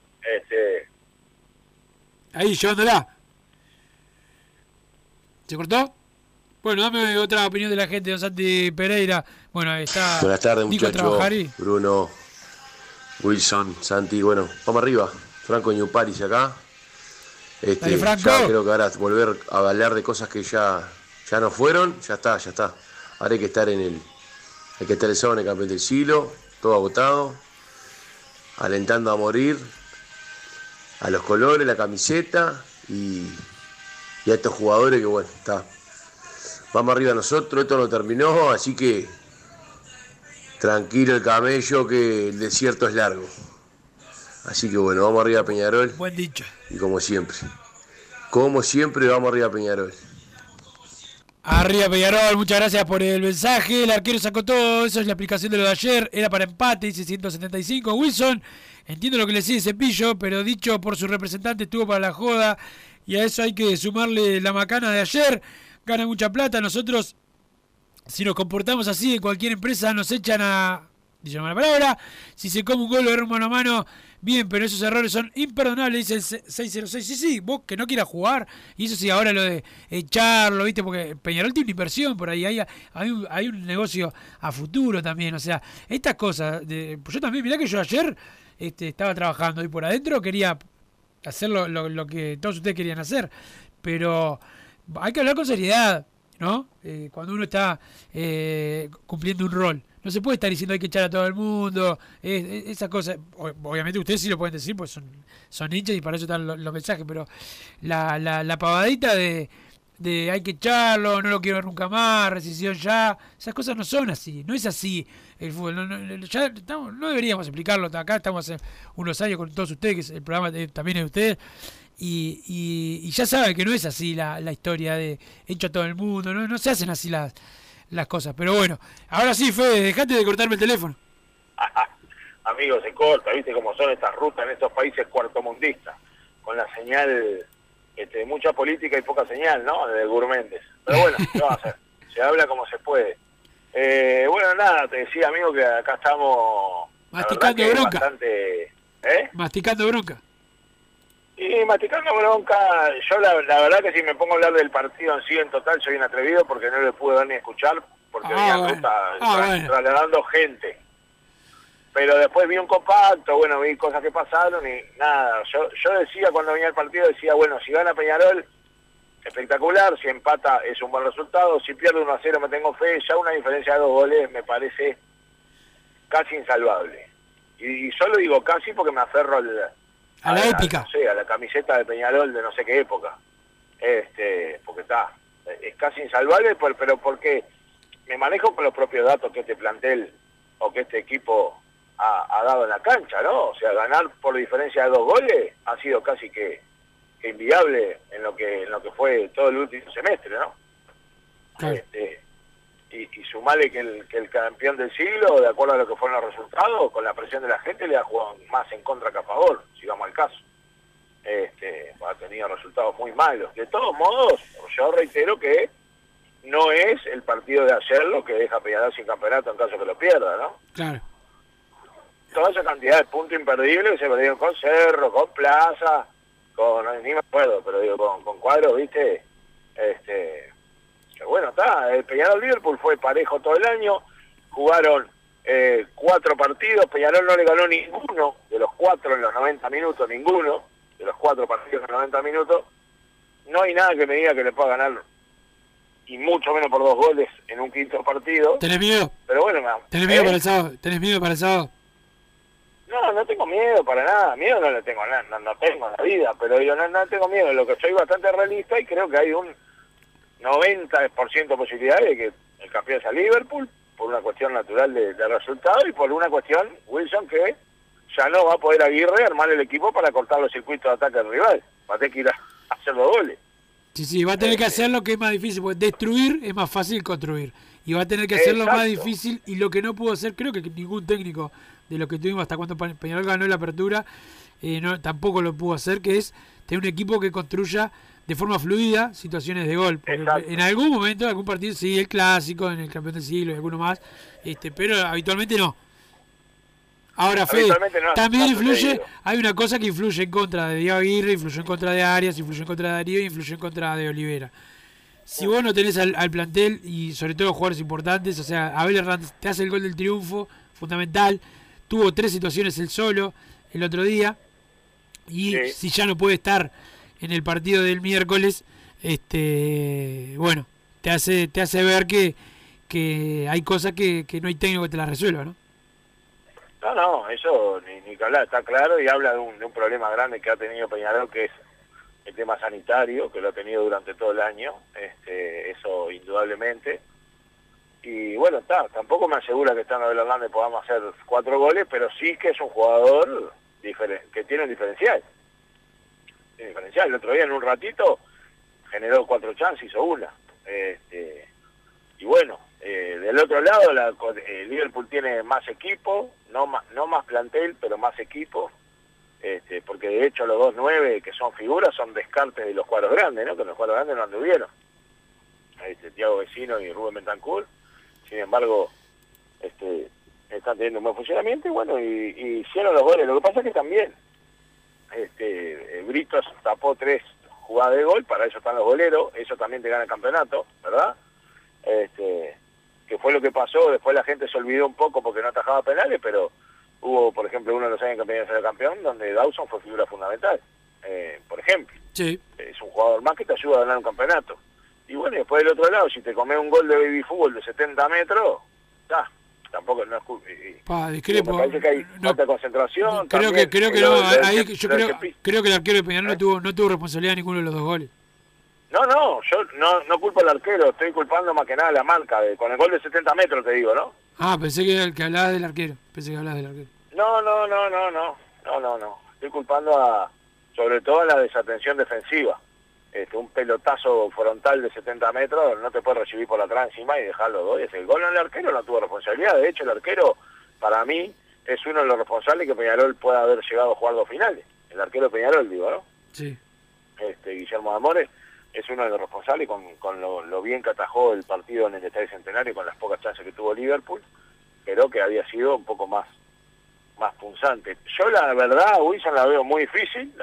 Ahí, llevándola. ¿Se cortó? Bueno, dame otra opinión de la gente, don Santi Pereira. Bueno, está. Buenas tardes, Nico muchachos. Bruno, Wilson, Santi, bueno, vamos arriba. Franco Ñuparis acá. Dale, Franco. Ya creo que ahora volver a hablar de cosas que ya no fueron, ya está. Ahora hay que estar el sábado en el campeón del siglo, todo agotado, alentando a morir a los colores, la camiseta y a estos jugadores que bueno, está. Vamos arriba nosotros, esto no terminó, así que tranquilo el camello que el desierto es largo. Así que bueno, vamos arriba a Peñarol. Buen dicho. Y como siempre vamos arriba a Peñarol. Arriba Peñarol, muchas gracias por el mensaje. El arquero sacó todo, eso es la aplicación de lo de ayer. Era para empate, dice 175. Wilson, entiendo lo que le sigue Cepillo, pero dicho por su representante estuvo para la joda. Y a eso hay que sumarle la macana de ayer. Gana mucha plata. Nosotros, si nos comportamos así en cualquier empresa, nos echan a dice la mala palabra. Si se come un gol o erra un mano a mano, bien, pero esos errores son imperdonables, dice el 606. Sí, vos que no quieras jugar, y eso sí, ahora lo de echarlo, ¿viste? Porque Peñarol tiene una inversión por ahí, hay un negocio a futuro también, o sea, estas cosas, yo también, mirá que yo ayer estaba trabajando y por adentro quería hacer lo que todos ustedes querían hacer, pero hay que hablar con seriedad, ¿no? Cuando uno está cumpliendo un rol. No se puede estar diciendo hay que echar a todo el mundo, esas cosas. Obviamente ustedes sí lo pueden decir, pues son hinchas y para eso están los mensajes, pero la pavadita de hay que echarlo, no lo quiero ver nunca más, rescisión ya, esas cosas no son así, no es así el fútbol. No deberíamos explicarlo, acá estamos hace unos años con todos ustedes, que el programa también es de ustedes, y ya saben que no es así la historia de hecho a todo el mundo, no se hacen así las cosas, pero bueno, ahora sí, Fede, dejate de cortarme el teléfono. Amigo, se corta, viste cómo son estas rutas en estos países cuartomundistas, con la señal, mucha política y poca señal, ¿no? De Gurméndez. Pero bueno, ¿qué va a hacer? Se habla como se puede. Bueno, nada, te decía, amigo, que acá estamos... Masticando bronca. Bastante, Masticando bronca. Y masticando bronca, yo la verdad que si me pongo a hablar del partido en sí en total soy un atrevido porque no le pude ver ni escuchar porque venía ruta trasladando gente. Pero después vi un compacto, bueno, vi cosas que pasaron y nada, yo decía cuando venía el partido, decía, bueno, si gana Peñarol, espectacular, si empata es un buen resultado, si pierde 1-0 me tengo fe, ya una diferencia de 2 goles me parece casi insalvable. Y solo digo casi porque me aferro a la épica. No sé, a la camiseta de Peñarol de no sé qué época. Porque es casi insalvable, pero porque me manejo con los propios datos que este plantel o que este equipo ha dado en la cancha, ¿no? O sea, ganar por diferencia de 2 goles ha sido casi que inviable en lo que fue todo el último semestre, ¿no? Claro. Y sumarle que el campeón del siglo, de acuerdo a lo que fueron los resultados, con la presión de la gente, le ha jugado más en contra que a favor, si vamos al caso. Ha tenido resultados muy malos. De todos modos, yo reitero que no es el partido de ayer lo que deja Peñarol sin campeonato en caso que lo pierda, ¿no? Claro. Toda esa cantidad de puntos imperdibles que se perdieron con Cerro, con Plaza, ni me acuerdo, pero digo, con Cuadros, ¿viste? Bueno, está, el Peñarol-Liverpool fue parejo todo el año, jugaron 4 partidos, Peñarol no le ganó ninguno de los 4 en los 90 minutos, ninguno de los 4 partidos en los 90 minutos, no hay nada que me diga que le pueda ganar, y mucho menos por 2 goles en un quinto partido. ¿Tenés miedo? Pero bueno, ¿Tenés miedo para el sábado? ¿Tenés miedo para el sábado? No tengo miedo para nada, miedo no le tengo, no tengo en la vida, pero yo no tengo miedo, lo que soy bastante realista y creo que hay un 90% posibilidades de que el campeón sea Liverpool, por una cuestión natural de resultado y por una cuestión, Wilson, que ya no va a poder Aguirre armar el equipo para cortar los circuitos de ataque del rival, va a tener que ir a hacer 2 goles. Sí, va a tener que hacer lo que es más difícil, porque destruir es más fácil que construir, y va a tener que hacer lo más difícil, y lo que no pudo hacer, creo que ningún técnico de lo que tuvimos hasta cuando Peñarol ganó la apertura, tampoco lo pudo hacer, que es tener un equipo que construya de forma fluida situaciones de gol. Porque en algún momento, en algún partido, sí, el clásico, en el campeón del siglo y alguno más, pero habitualmente no. Ahora, Fede, también influye, hay una cosa que influye en contra de Diego Aguirre, influye en contra de Arias, influye en contra de Darío y influye en contra de Olivera. Si vos no tenés al plantel y sobre todo jugadores importantes, o sea, Abel Hernández te hace el gol del triunfo, fundamental, tuvo 3 situaciones él solo el otro día, y si ya no puede estar en el partido del miércoles, bueno, te hace ver que hay cosas que no hay técnico que te las resuelva, ¿no? No, eso ni que hablar, está claro, y habla de un problema grande que ha tenido Peñarol, que es el tema sanitario, que lo ha tenido durante todo el año, eso indudablemente. Y bueno, tampoco me asegura que estando Abel Hernández podamos hacer 4 goles, pero sí que es un jugador que tiene un diferencial. El otro día en un ratito generó 4 chances, hizo una. Y bueno, del otro lado Liverpool tiene más equipo, no más plantel, pero más equipo, porque de hecho los 2 9 que son figuras son descartes de los cuadros grandes, ¿no? Que los cuadros grandes no anduvieron. Thiago Vecino y Rubén Bentancur. Sin embargo, están teniendo un buen funcionamiento y bueno, y hicieron los goles. Lo que pasa es que también Britos tapó 3 jugadas de gol, para eso están los goleros, eso también te gana el campeonato, ¿verdad? Que fue lo que pasó, después la gente se olvidó un poco porque no atajaba penales, pero hubo, por ejemplo, uno de los años que venía a ser campeón, donde Dawson fue figura fundamental, por ejemplo. Sí. Es un jugador más que te ayuda a ganar un campeonato. Y bueno, después del otro lado, si te comes un gol de baby fútbol de 70 metros, tampoco no es discrepo. Me parece que hay falta de concentración. Creo también, que no, ahí yo creo que el arquero de Peñarol no tuvo responsabilidad en ninguno de los 2 goles. No, yo no culpo al arquero, estoy culpando más que nada a la marca, con el gol de 70 metros te digo, ¿no? Pensé que hablabas del arquero, No, estoy culpando sobre todo a la desatención defensiva. Un pelotazo frontal de 70 metros no te puede recibir por atrás encima y dejarlo 2. El gol en el arquero no tuvo responsabilidad, de hecho el arquero para mí es uno de los responsables que Peñarol pueda haber llegado a jugar 2 finales, el arquero de Peñarol digo, ¿no? Sí. Guillermo Amores es uno de los responsables con lo bien que atajó el partido en el Estadio Centenario con las pocas chances que tuvo Liverpool, pero que había sido un poco más punzante. Yo la verdad a Wilson la veo muy difícil,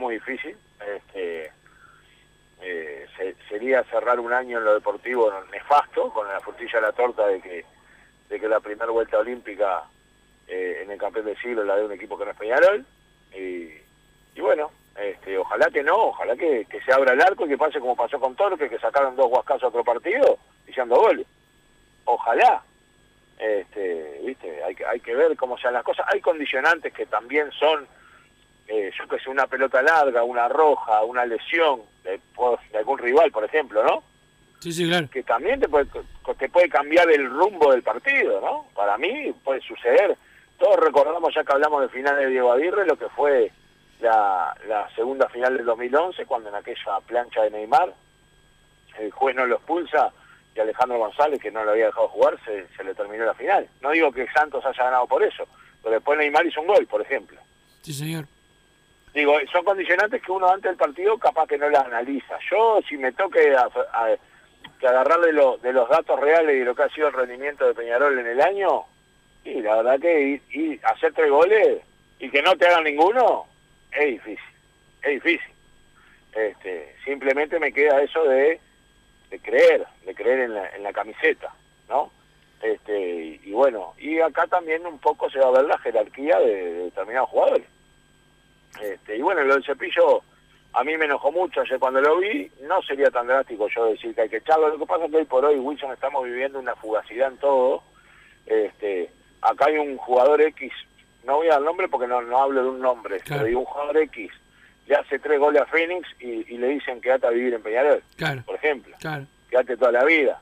sería cerrar un año en lo deportivo nefasto, con la frutilla de la torta de que la primera vuelta olímpica en el campeón del siglo la de un equipo que no es Peñarol, y bueno, ojalá que no, ojalá que se abra el arco y que pase como pasó con Torque, que sacaron 2 guascazos a otro partido diciendo goles. Ojalá, viste, hay que ver cómo sean las cosas. Hay condicionantes que también son, yo que sé, una pelota larga, una roja, una lesión de algún rival, por ejemplo, ¿no? Sí, claro. Que también te puede cambiar el rumbo del partido, ¿no? Para mí puede suceder. Todos recordamos, ya que hablamos del final de Diego Aguirre, lo que fue la segunda final del 2011, cuando en aquella plancha de Neymar el juez no lo expulsa y Alejandro González, que no lo había dejado jugar, se le terminó la final. No digo que Santos haya ganado por eso, pero después Neymar hizo un gol, por ejemplo. Sí, señor. Digo, son condicionantes que uno antes del partido capaz que no las analiza. Yo, si me toque que agarrarle de los datos reales y lo que ha sido el rendimiento de Peñarol en el año, y la verdad que y hacer 3 goles y que no te hagan ninguno, es difícil. Simplemente me queda eso de creer en la camiseta, ¿no? Y bueno, y acá también un poco se va a ver la jerarquía de determinados jugadores. Y bueno, lo del Cepillo a mí me enojó mucho ayer cuando lo vi. No sería tan drástico yo decir que hay que echarlo. Lo que pasa es que hoy por hoy, Wilson, estamos viviendo una fugacidad en todo. Acá hay un jugador X, no voy a dar nombre porque no hablo de un nombre, claro. Pero hay un jugador X, le hace 3 goles a Phoenix y le dicen quédate a vivir en Peñarol, claro. Por ejemplo, claro. Quédate toda la vida.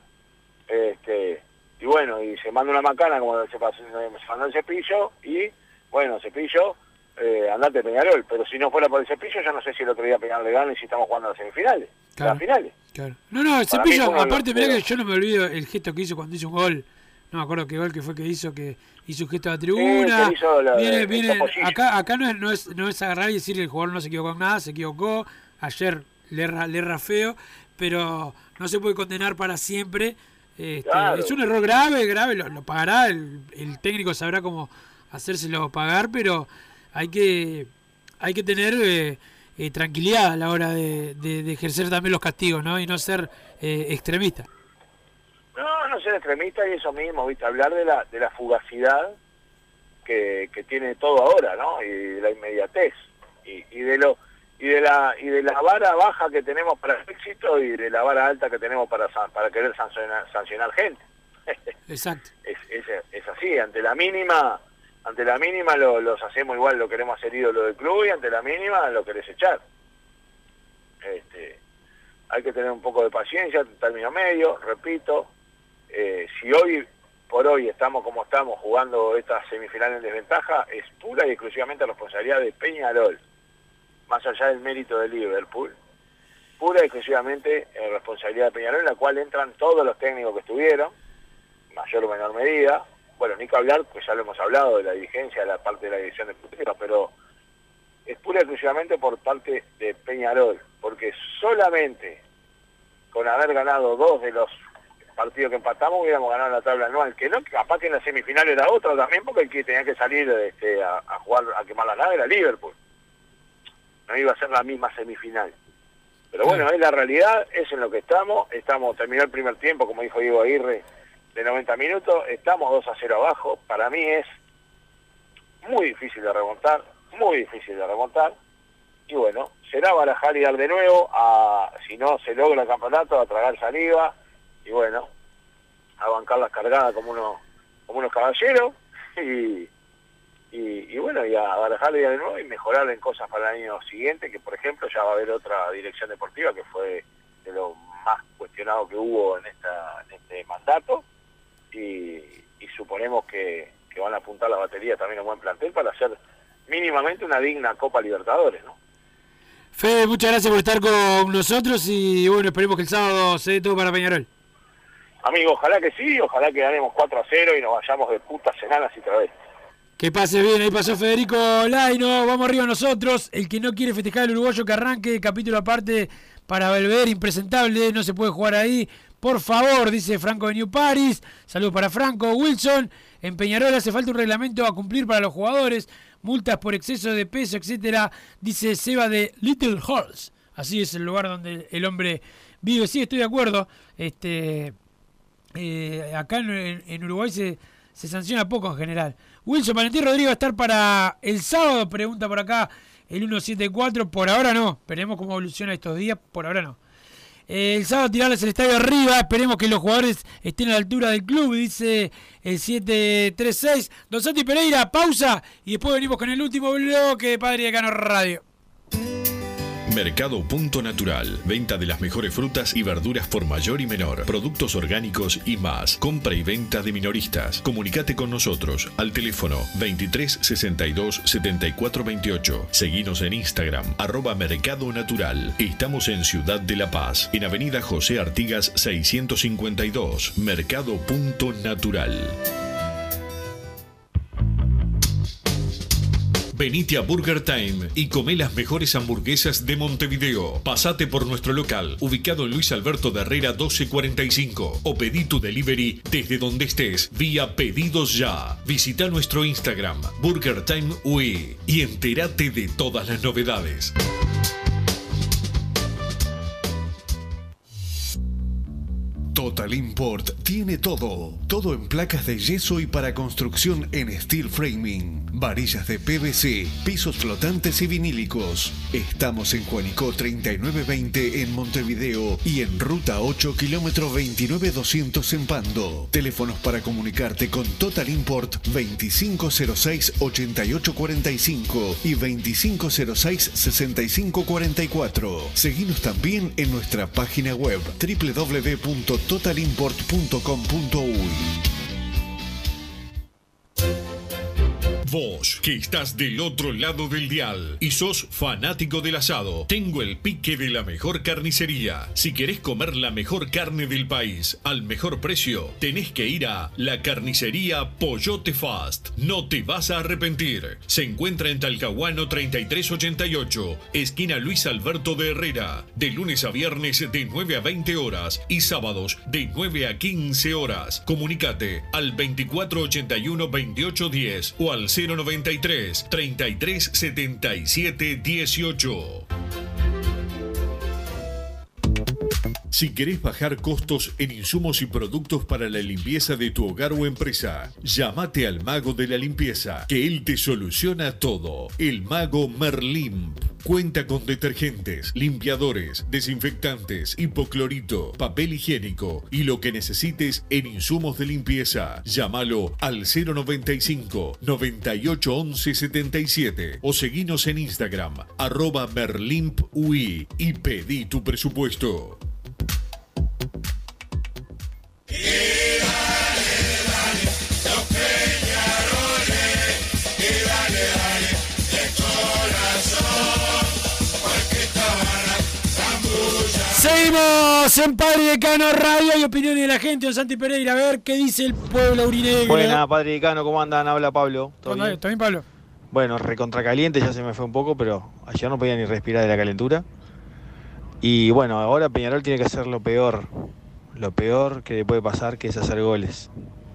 Y bueno, y se manda una macana como se mandó el Cepillo, y bueno, Cepillo, andate Peñarol, pero si no fuera por el Cepillo, yo no sé si el otro día Peñarol le gana y si estamos jugando a las semifinales, claro. Las finales. Claro. No, el Cepillo, aparte, mirá que yo no me olvido el gesto que hizo cuando hizo un gol. No me acuerdo qué gol que fue que hizo un gesto a la tribuna. Viene, acá no es agarrar y decir que el jugador no se equivocó en nada, se equivocó. Ayer le erra feo, pero no se puede condenar para siempre. Claro. Es un error grave, lo pagará, el técnico sabrá cómo hacérselo pagar, pero hay que tener tranquilidad a la hora de ejercer también los castigos, ¿no? Y no ser extremista. No ser extremista y eso mismo, ¿viste? Hablar de la fugacidad que tiene todo ahora, ¿no? Y de la inmediatez y de la vara baja que tenemos para el éxito y de la vara alta que tenemos para querer sancionar gente. Exacto. Es así, ante la mínima los hacemos igual, lo queremos hacer ídolo del club, y ante la mínima lo querés echar. Hay que tener un poco de paciencia, término medio, repito. Si hoy por hoy estamos como estamos jugando esta semifinal en desventaja, es pura y exclusivamente responsabilidad de Peñarol, más allá del mérito de Liverpool, pura y exclusivamente responsabilidad de Peñarol, en la cual entran todos los técnicos que estuvieron, mayor o menor medida. Bueno, ni que hablar, pues ya lo hemos hablado de la dirigencia, de la parte de la dirección deportiva, pero es pura y exclusivamente por parte de Peñarol, porque solamente con haber ganado 2 de los partido que empatamos hubiéramos ganado la tabla anual, que no, capaz que en la semifinal era otra también, porque el que tenía que salir a jugar, a quemar la nave era Liverpool. No iba a ser la misma semifinal. Pero bueno, es la realidad, es en lo que estamos. Terminó el primer tiempo, como dijo Diego Aguirre, de 90 minutos, estamos 2-0 abajo. Para mí es muy difícil de remontar, y bueno, será barajar y dar de nuevo, si no se logra el campeonato, a tragar saliva, y bueno, a bancar las cargadas como unos caballeros, y bueno, y a barajar y dar de nuevo, y mejorar en cosas para el año siguiente, que por ejemplo ya va a haber otra dirección deportiva, que fue de lo más cuestionado que hubo en este mandato, y suponemos que van a apuntar la batería también a un buen plantel para hacer mínimamente una digna Copa Libertadores, ¿no? Fede, muchas gracias por estar con nosotros y bueno, esperemos que el sábado se dé todo para Peñarol. Amigo, ojalá que sí, ojalá que ganemos 4-0 y nos vayamos de putas enanas y otra vez. Que pase bien, ahí pasó Federico Laino, vamos arriba nosotros. El que no quiere festejar el uruguayo que arranque, capítulo aparte para Belvedere, impresentable, no se puede jugar ahí. Por favor, dice Franco de New Paris. Saludos para Franco. Wilson, en Peñarol hace falta un reglamento a cumplir para los jugadores. Multas por exceso de peso, etcétera. Dice Seba de Little Halls. Así es el lugar donde el hombre vive. Sí, estoy de acuerdo. Acá en Uruguay se sanciona poco en general. Wilson, Valentín Rodríguez va a estar para el sábado, pregunta por acá el 174. Por ahora no. Veremos cómo evoluciona estos días. Por ahora no. El sábado tirarles el estadio arriba, esperemos que los jugadores estén a la altura del club, dice el 736. Don Santi Pereira, pausa y después venimos con el último bloque de Padre y Decano Radio. Mercado Punto Natural. Venta de las mejores frutas y verduras por mayor y menor. Productos orgánicos y más. Compra y venta de minoristas. Comunicate con nosotros al teléfono 23 62 74 28. Seguinos en Instagram, @Mercado Natural. Estamos en Ciudad de La Paz, en Avenida José Artigas 652. Mercado Punto Natural. Venite a Burger Time y come las mejores hamburguesas de Montevideo. Pasate por nuestro local, ubicado en Luis Alberto de Herrera 1245. O pedí tu delivery desde donde estés, vía Pedidos Ya. Visita nuestro Instagram, Burger Time UE, y entérate de todas las novedades. Total Import tiene todo. Todo en placas de yeso y para construcción en steel framing. Varillas de PVC, pisos flotantes y vinílicos. Estamos en Juanico 3920 en Montevideo y en Ruta 8, kilómetro 29200 en Pando. Teléfonos para comunicarte con Total Import 2506-8845 y 2506-6544. Seguinos también en nuestra página web www.totalimport.com.uy. Vos, que estás del otro lado del dial y sos fanático del asado, tengo el pique de la mejor carnicería. Si querés comer la mejor carne del país al mejor precio, tenés que ir a la carnicería Pollote Fast. No te vas a arrepentir. Se encuentra en Talcahuano 3388, esquina Luis Alberto de Herrera, de lunes a viernes de 9 a 20 horas y sábados de 9 a 15 horas. Comunicate al 2481-2810 o al 093 33 77 18. Si querés bajar costos en insumos y productos para la limpieza de tu hogar o empresa, llámate al mago de la limpieza, que él te soluciona todo. El mago Merlimp. Cuenta con detergentes, limpiadores, desinfectantes, hipoclorito, papel higiénico y lo que necesites en insumos de limpieza. Llámalo al 095 98 11 77 o seguinos en Instagram @merlimpui y pedí tu presupuesto. Seguimos en Padre y Decano Radio y opiniones de la gente. Don Santi Pereira, a ver qué dice el pueblo aurinegro. Buena, Padre y Decano, ¿cómo andan? Habla Pablo. ¿Todo bien, Pablo? Bueno, recontracaliente, ya se me fue un poco, pero ayer no podía ni respirar de la calentura. Y bueno, ahora Peñarol tiene que hacer lo peor lo peor que le puede pasar, que es hacer goles.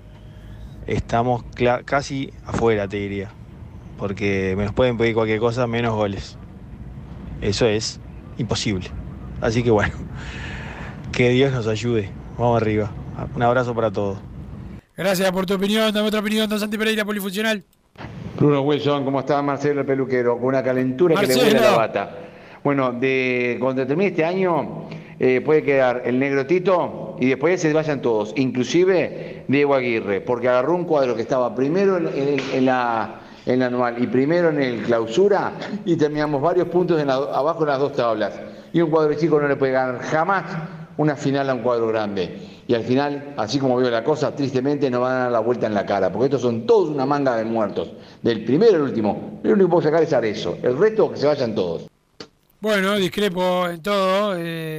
Estamos casi afuera, te diría, porque nos pueden pedir cualquier cosa menos goles. Eso es imposible. Así que bueno, que Dios nos ayude. Vamos arriba. Un abrazo para todos. Gracias por tu opinión. Dame otra opinión, don Santi Pereira, Polifuncional. Bruno Wilson, ¿cómo está? Marcelo el peluquero, con una calentura Marcelo, que le vuela la bata. Bueno, cuando termine este año puede quedar el Negro Tito y después se vayan todos, inclusive Diego Aguirre, porque agarró un cuadro que estaba primero en la anual y primero en el clausura y terminamos varios puntos abajo en las dos tablas. Y un cuadro chico no le puede ganar jamás una final a un cuadro grande. Y al final, así como veo la cosa, tristemente nos van a dar la vuelta en la cara, porque estos son todos una manga de muertos. Del primero al último. Lo único que puedo sacar es Arezzo. El resto, que se vayan todos. Bueno, discrepo en todo.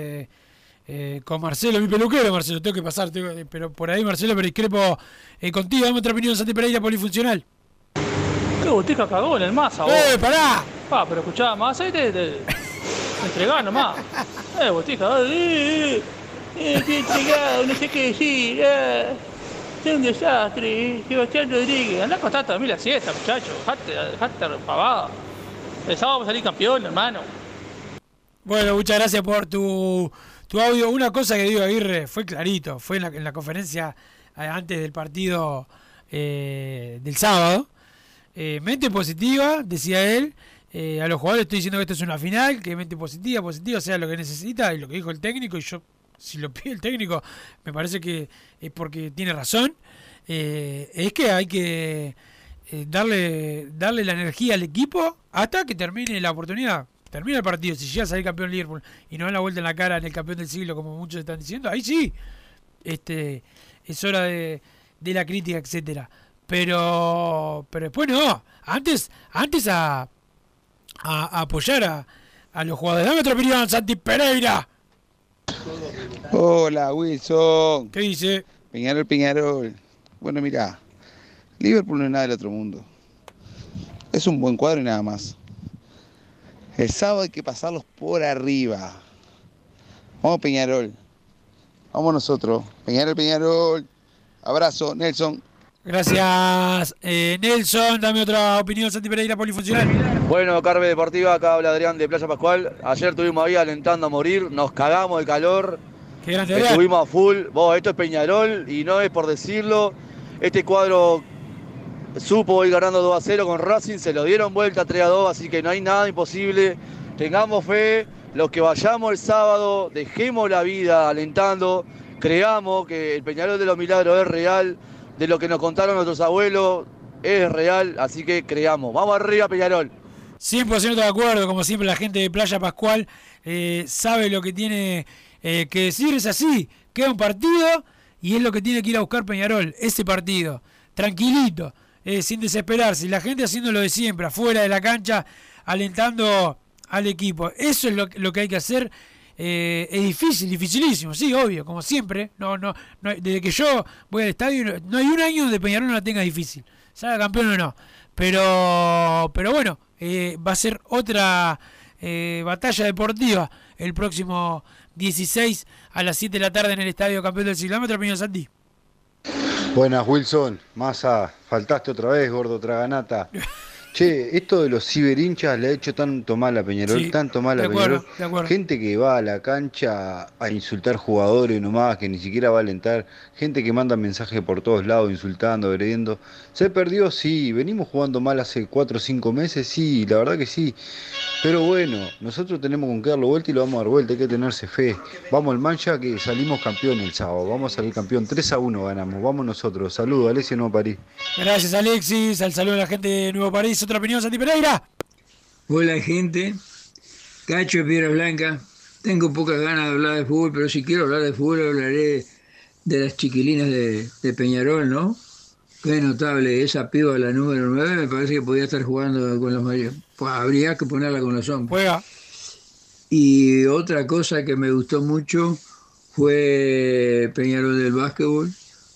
Con Marcelo, mi peluquero, Marcelo, tengo que pasar, pero por ahí, Marcelo, pero discrepo contigo. Dame otra opinión, Santi Pereira, Polifuncional. Qué botica cagó en el Massa, vos. ¡Pará! Pero escuchá, Massa y te entregá nomás. Botica, qué entregado, no sé qué decir. Es un desastre, Sebastián Rodríguez. Andá a acostarte a dormir la siesta, muchacho. Dejate pavada. El sábado vamos a salir campeón, hermano. Bueno, muchas gracias por tu audio. Una cosa que digo, Aguirre, fue clarito. Fue en la conferencia antes del partido del sábado. Mente positiva, decía él. A los jugadores estoy diciendo que esto es una final, que mente positiva, sea lo que necesita y lo que dijo el técnico. Y yo, si lo pide el técnico, me parece que es porque tiene razón. Es que hay que darle la energía al equipo hasta que termine la oportunidad. Termina el partido. Si llega a salir campeón Liverpool y no dan la vuelta en la cara en el campeón del siglo, como muchos están diciendo, ahí sí es hora de la crítica, etcétera. Pero después no. Antes a apoyar a los jugadores. Dame otra opinión, Santi Pereira. Hola, Wilson. ¿Qué dice? Peñarol. Bueno, mirá, Liverpool no es nada del otro mundo. Es un buen cuadro y nada más. El sábado hay que pasarlos por arriba. Vamos, Peñarol. Vamos nosotros. Peñarol. Abrazo, Nelson. Gracias, Nelson. Dame otra opinión, Santi Pereira, Polifuncional. Bueno, Carve Deportiva, acá habla Adrián de Playa Pascual. Ayer estuvimos ahí alentando a morir, nos cagamos de calor. Qué grande, Adrián. Estuvimos a full. Esto es Peñarol y no es por decirlo. Este cuadro supo ir ganando 2-0 con Racing, se lo dieron vuelta 3-2, así que no hay nada imposible. Tengamos fe, los que vayamos el sábado, dejemos la vida alentando, creamos que el Peñarol de los Milagros es real, de lo que nos contaron nuestros abuelos es real, así que creamos. Vamos arriba, Peñarol. 100% de acuerdo, como siempre la gente de Playa Pascual sabe lo que tiene que decir, es así, queda un partido y es lo que tiene que ir a buscar Peñarol, ese partido, tranquilito. Sin desesperarse, y la gente haciendo lo de siempre, afuera de la cancha, alentando al equipo. Eso es lo que hay que hacer. Es difícil, dificilísimo, sí, obvio, como siempre. No, desde que yo voy al estadio, no hay un año donde Peñarol no la tenga difícil, sea campeón o no. Pero bueno, va a ser otra batalla deportiva el próximo 16 a las 7 de la tarde en el Estadio Campeón del Siglo. Dame otra opinión, Santi. Buenas, Wilson. Massa, faltaste otra vez, gordo traganata. Che, esto de los ciberhinchas le ha hecho tanto mal a Peñarol, Sí, tanto mal a de acuerdo, Peñarol. de acuerdo. Gente que va a la cancha a insultar jugadores nomás, que ni siquiera va a alentar. Gente que manda mensajes por todos lados, insultando, agrediendo. ¿Se perdió? Sí. ¿Venimos jugando mal hace 4 o 5 meses? Sí, la verdad que sí. Pero bueno, nosotros tenemos con qué darlo vuelta y lo vamos a dar vuelta, hay que tenerse fe. Vamos al Mancha que salimos campeón el sábado, vamos a salir campeón, 3-1 ganamos, vamos nosotros. Saludos, Alexis Nuevo París. Gracias, Alexis. Al saludo a la gente de Nuevo París. Otra opinión, Santi Pereira. Hola, gente. Cacho de Piedra Blanca. Tengo pocas ganas de hablar de fútbol, pero si quiero hablar de fútbol hablaré de las chiquilinas de Peñarol, ¿no? Qué notable, esa piba, la número 9, me parece que podía estar jugando con los mayores. Pues habría que ponerla con los hombres. Juega. Y otra cosa que me gustó mucho fue Peñarol del básquetbol,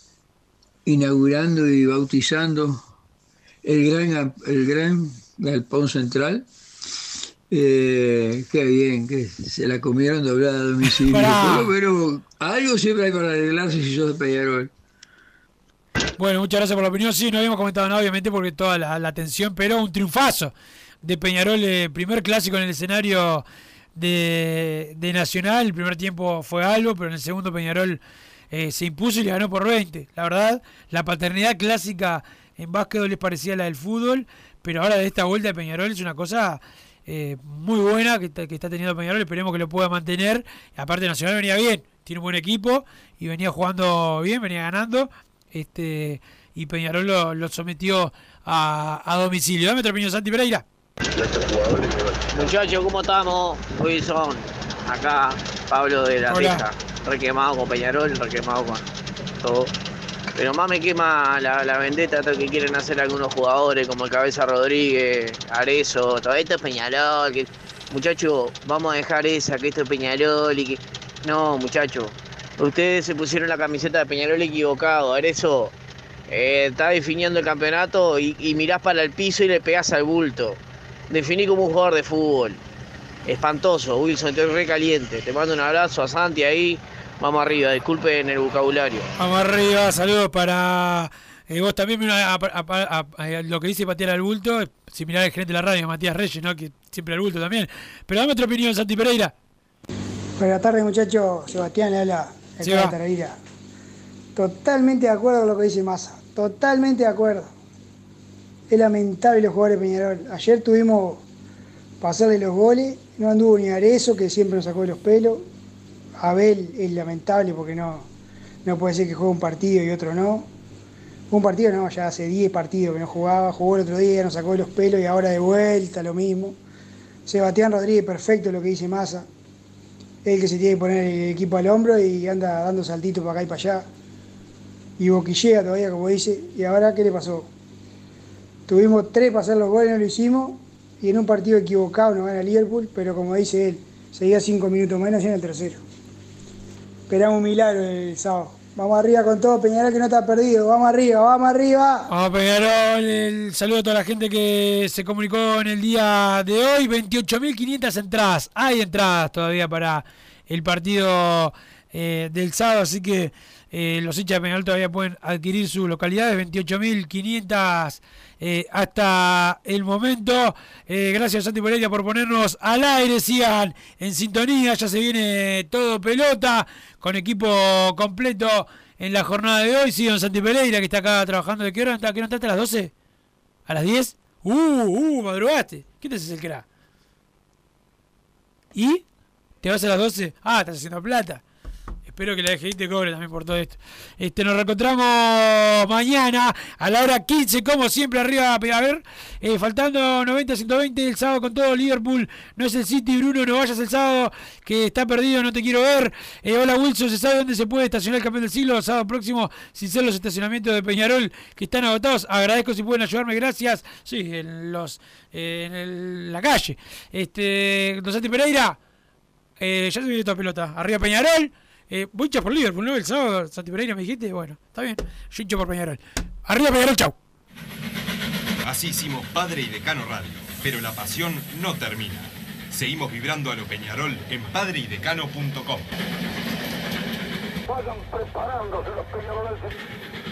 inaugurando y bautizando el gran galpón central. Qué bien, que se la comieron doblada a domicilio. Pero algo siempre hay para arreglarse si sos de Peñarol. Bueno, muchas gracias por la opinión. Sí, no habíamos comentado nada, obviamente, porque toda la atención, pero un triunfazo de Peñarol, primer clásico en el escenario de Nacional. El primer tiempo fue algo, pero en el segundo Peñarol se impuso y le ganó por 20. La verdad, la paternidad clásica en básquetbol es parecida a la del fútbol, pero ahora de esta vuelta de Peñarol es una cosa muy buena que está teniendo Peñarol. Esperemos que lo pueda mantener. Aparte, Nacional venía bien, tiene un buen equipo y venía jugando bien, venía ganando. Y Peñarol lo sometió a domicilio. Dame otra opinión, Santi Pereira. Muchachos, ¿cómo estamos? Wilson, acá Pablo de la Teja, requemado con Peñarol, requemado con todo. Pero más me quema la vendetta que quieren hacer algunos jugadores como el Cabeza Rodríguez, Arezzo, todo esto es Peñarol. Muchachos, vamos a dejar esa, que esto es Peñarol y que... No, muchachos, ustedes se pusieron la camiseta de Peñarol equivocado. Arezzo, está definiendo el campeonato y mirás para el piso y le pegás al bulto. Definí como un jugador de fútbol. Espantoso, Wilson, estoy re caliente. Te mando un abrazo a Santi ahí. Vamos arriba, disculpen el vocabulario. Vamos arriba, saludos para vos también. Lo que dice patear al bulto, similar al gerente de la radio, Matías Reyes, ¿no? Que siempre al bulto también. Pero dame otra opinión, Santi Pereira. Buenas tardes, muchachos. Sebastián le habla de Tararira. Totalmente de acuerdo con lo que dice Massa. Totalmente de acuerdo. Es lamentable los jugadores de Peñarol. Ayer tuvimos pasarle los goles. No anduvo ni Arezzo, que siempre nos sacó de los pelos. Abel es lamentable porque no puede ser que juegue un partido y otro no. Un partido no, ya hace 10 partidos que no jugaba. Jugó el otro día, nos sacó de los pelos y ahora de vuelta lo mismo. Sebastián Rodríguez, perfecto lo que dice Massa. El que se tiene que poner el equipo al hombro y anda dando saltitos para acá y para allá. Y boquillea todavía, como dice. ¿Y ahora qué le pasó? Tuvimos 3 para hacer los goles, no lo hicimos. Y en un partido equivocado nos gana Liverpool, pero como dice él, seguía 5 minutos menos y en el tercero. Esperamos un milagro el sábado. Vamos arriba con todo, Peñarol que no está perdido. Vamos arriba, vamos arriba. Vamos Peñarol, el saludo a toda la gente que se comunicó en el día de hoy. 28.500 entradas. Hay entradas todavía para el partido del sábado, así que los hinchas de Peñarol todavía pueden adquirir sus localidades. 28.500 hasta el momento. Gracias, Santi Pereira, por ponernos al aire. Sigan en sintonía, ya se viene todo pelota con equipo completo en la jornada de hoy. Sigan Santi Pereira, que está acá trabajando. ¿De qué hora entraste? ¿A las 12? ¿A las 10? Madrugaste. ¿Qué te haces el crack? ¿Y? ¿Te vas a las 12? Ah, estás haciendo plata. Espero que la DGI te cobre también por todo esto. Nos reencontramos mañana a la hora 15, como siempre, arriba. A ver, faltando 90-120 el sábado con todo. Liverpool no es el City. Bruno, no vayas el sábado, que está perdido, no te quiero ver. Hola Wilson, ¿se sabe dónde se puede estacionar el campeón del siglo? Sábado próximo, sin ser los estacionamientos de Peñarol que están agotados. Agradezco si pueden ayudarme, gracias. Sí, en la calle. Don Santi Pereira, ya se viene toda pelota. Arriba Peñarol. Voy hincha por Liverpool, ¿no? El sábado, Santi Pereira me dijiste. Bueno, está bien. Yo hincho por Peñarol. Arriba Peñarol, chau. Así hicimos Padre y Decano Radio, pero la pasión no termina. Seguimos vibrando a lo Peñarol en padreidecano.com. Vayan preparándose los peñarolenses.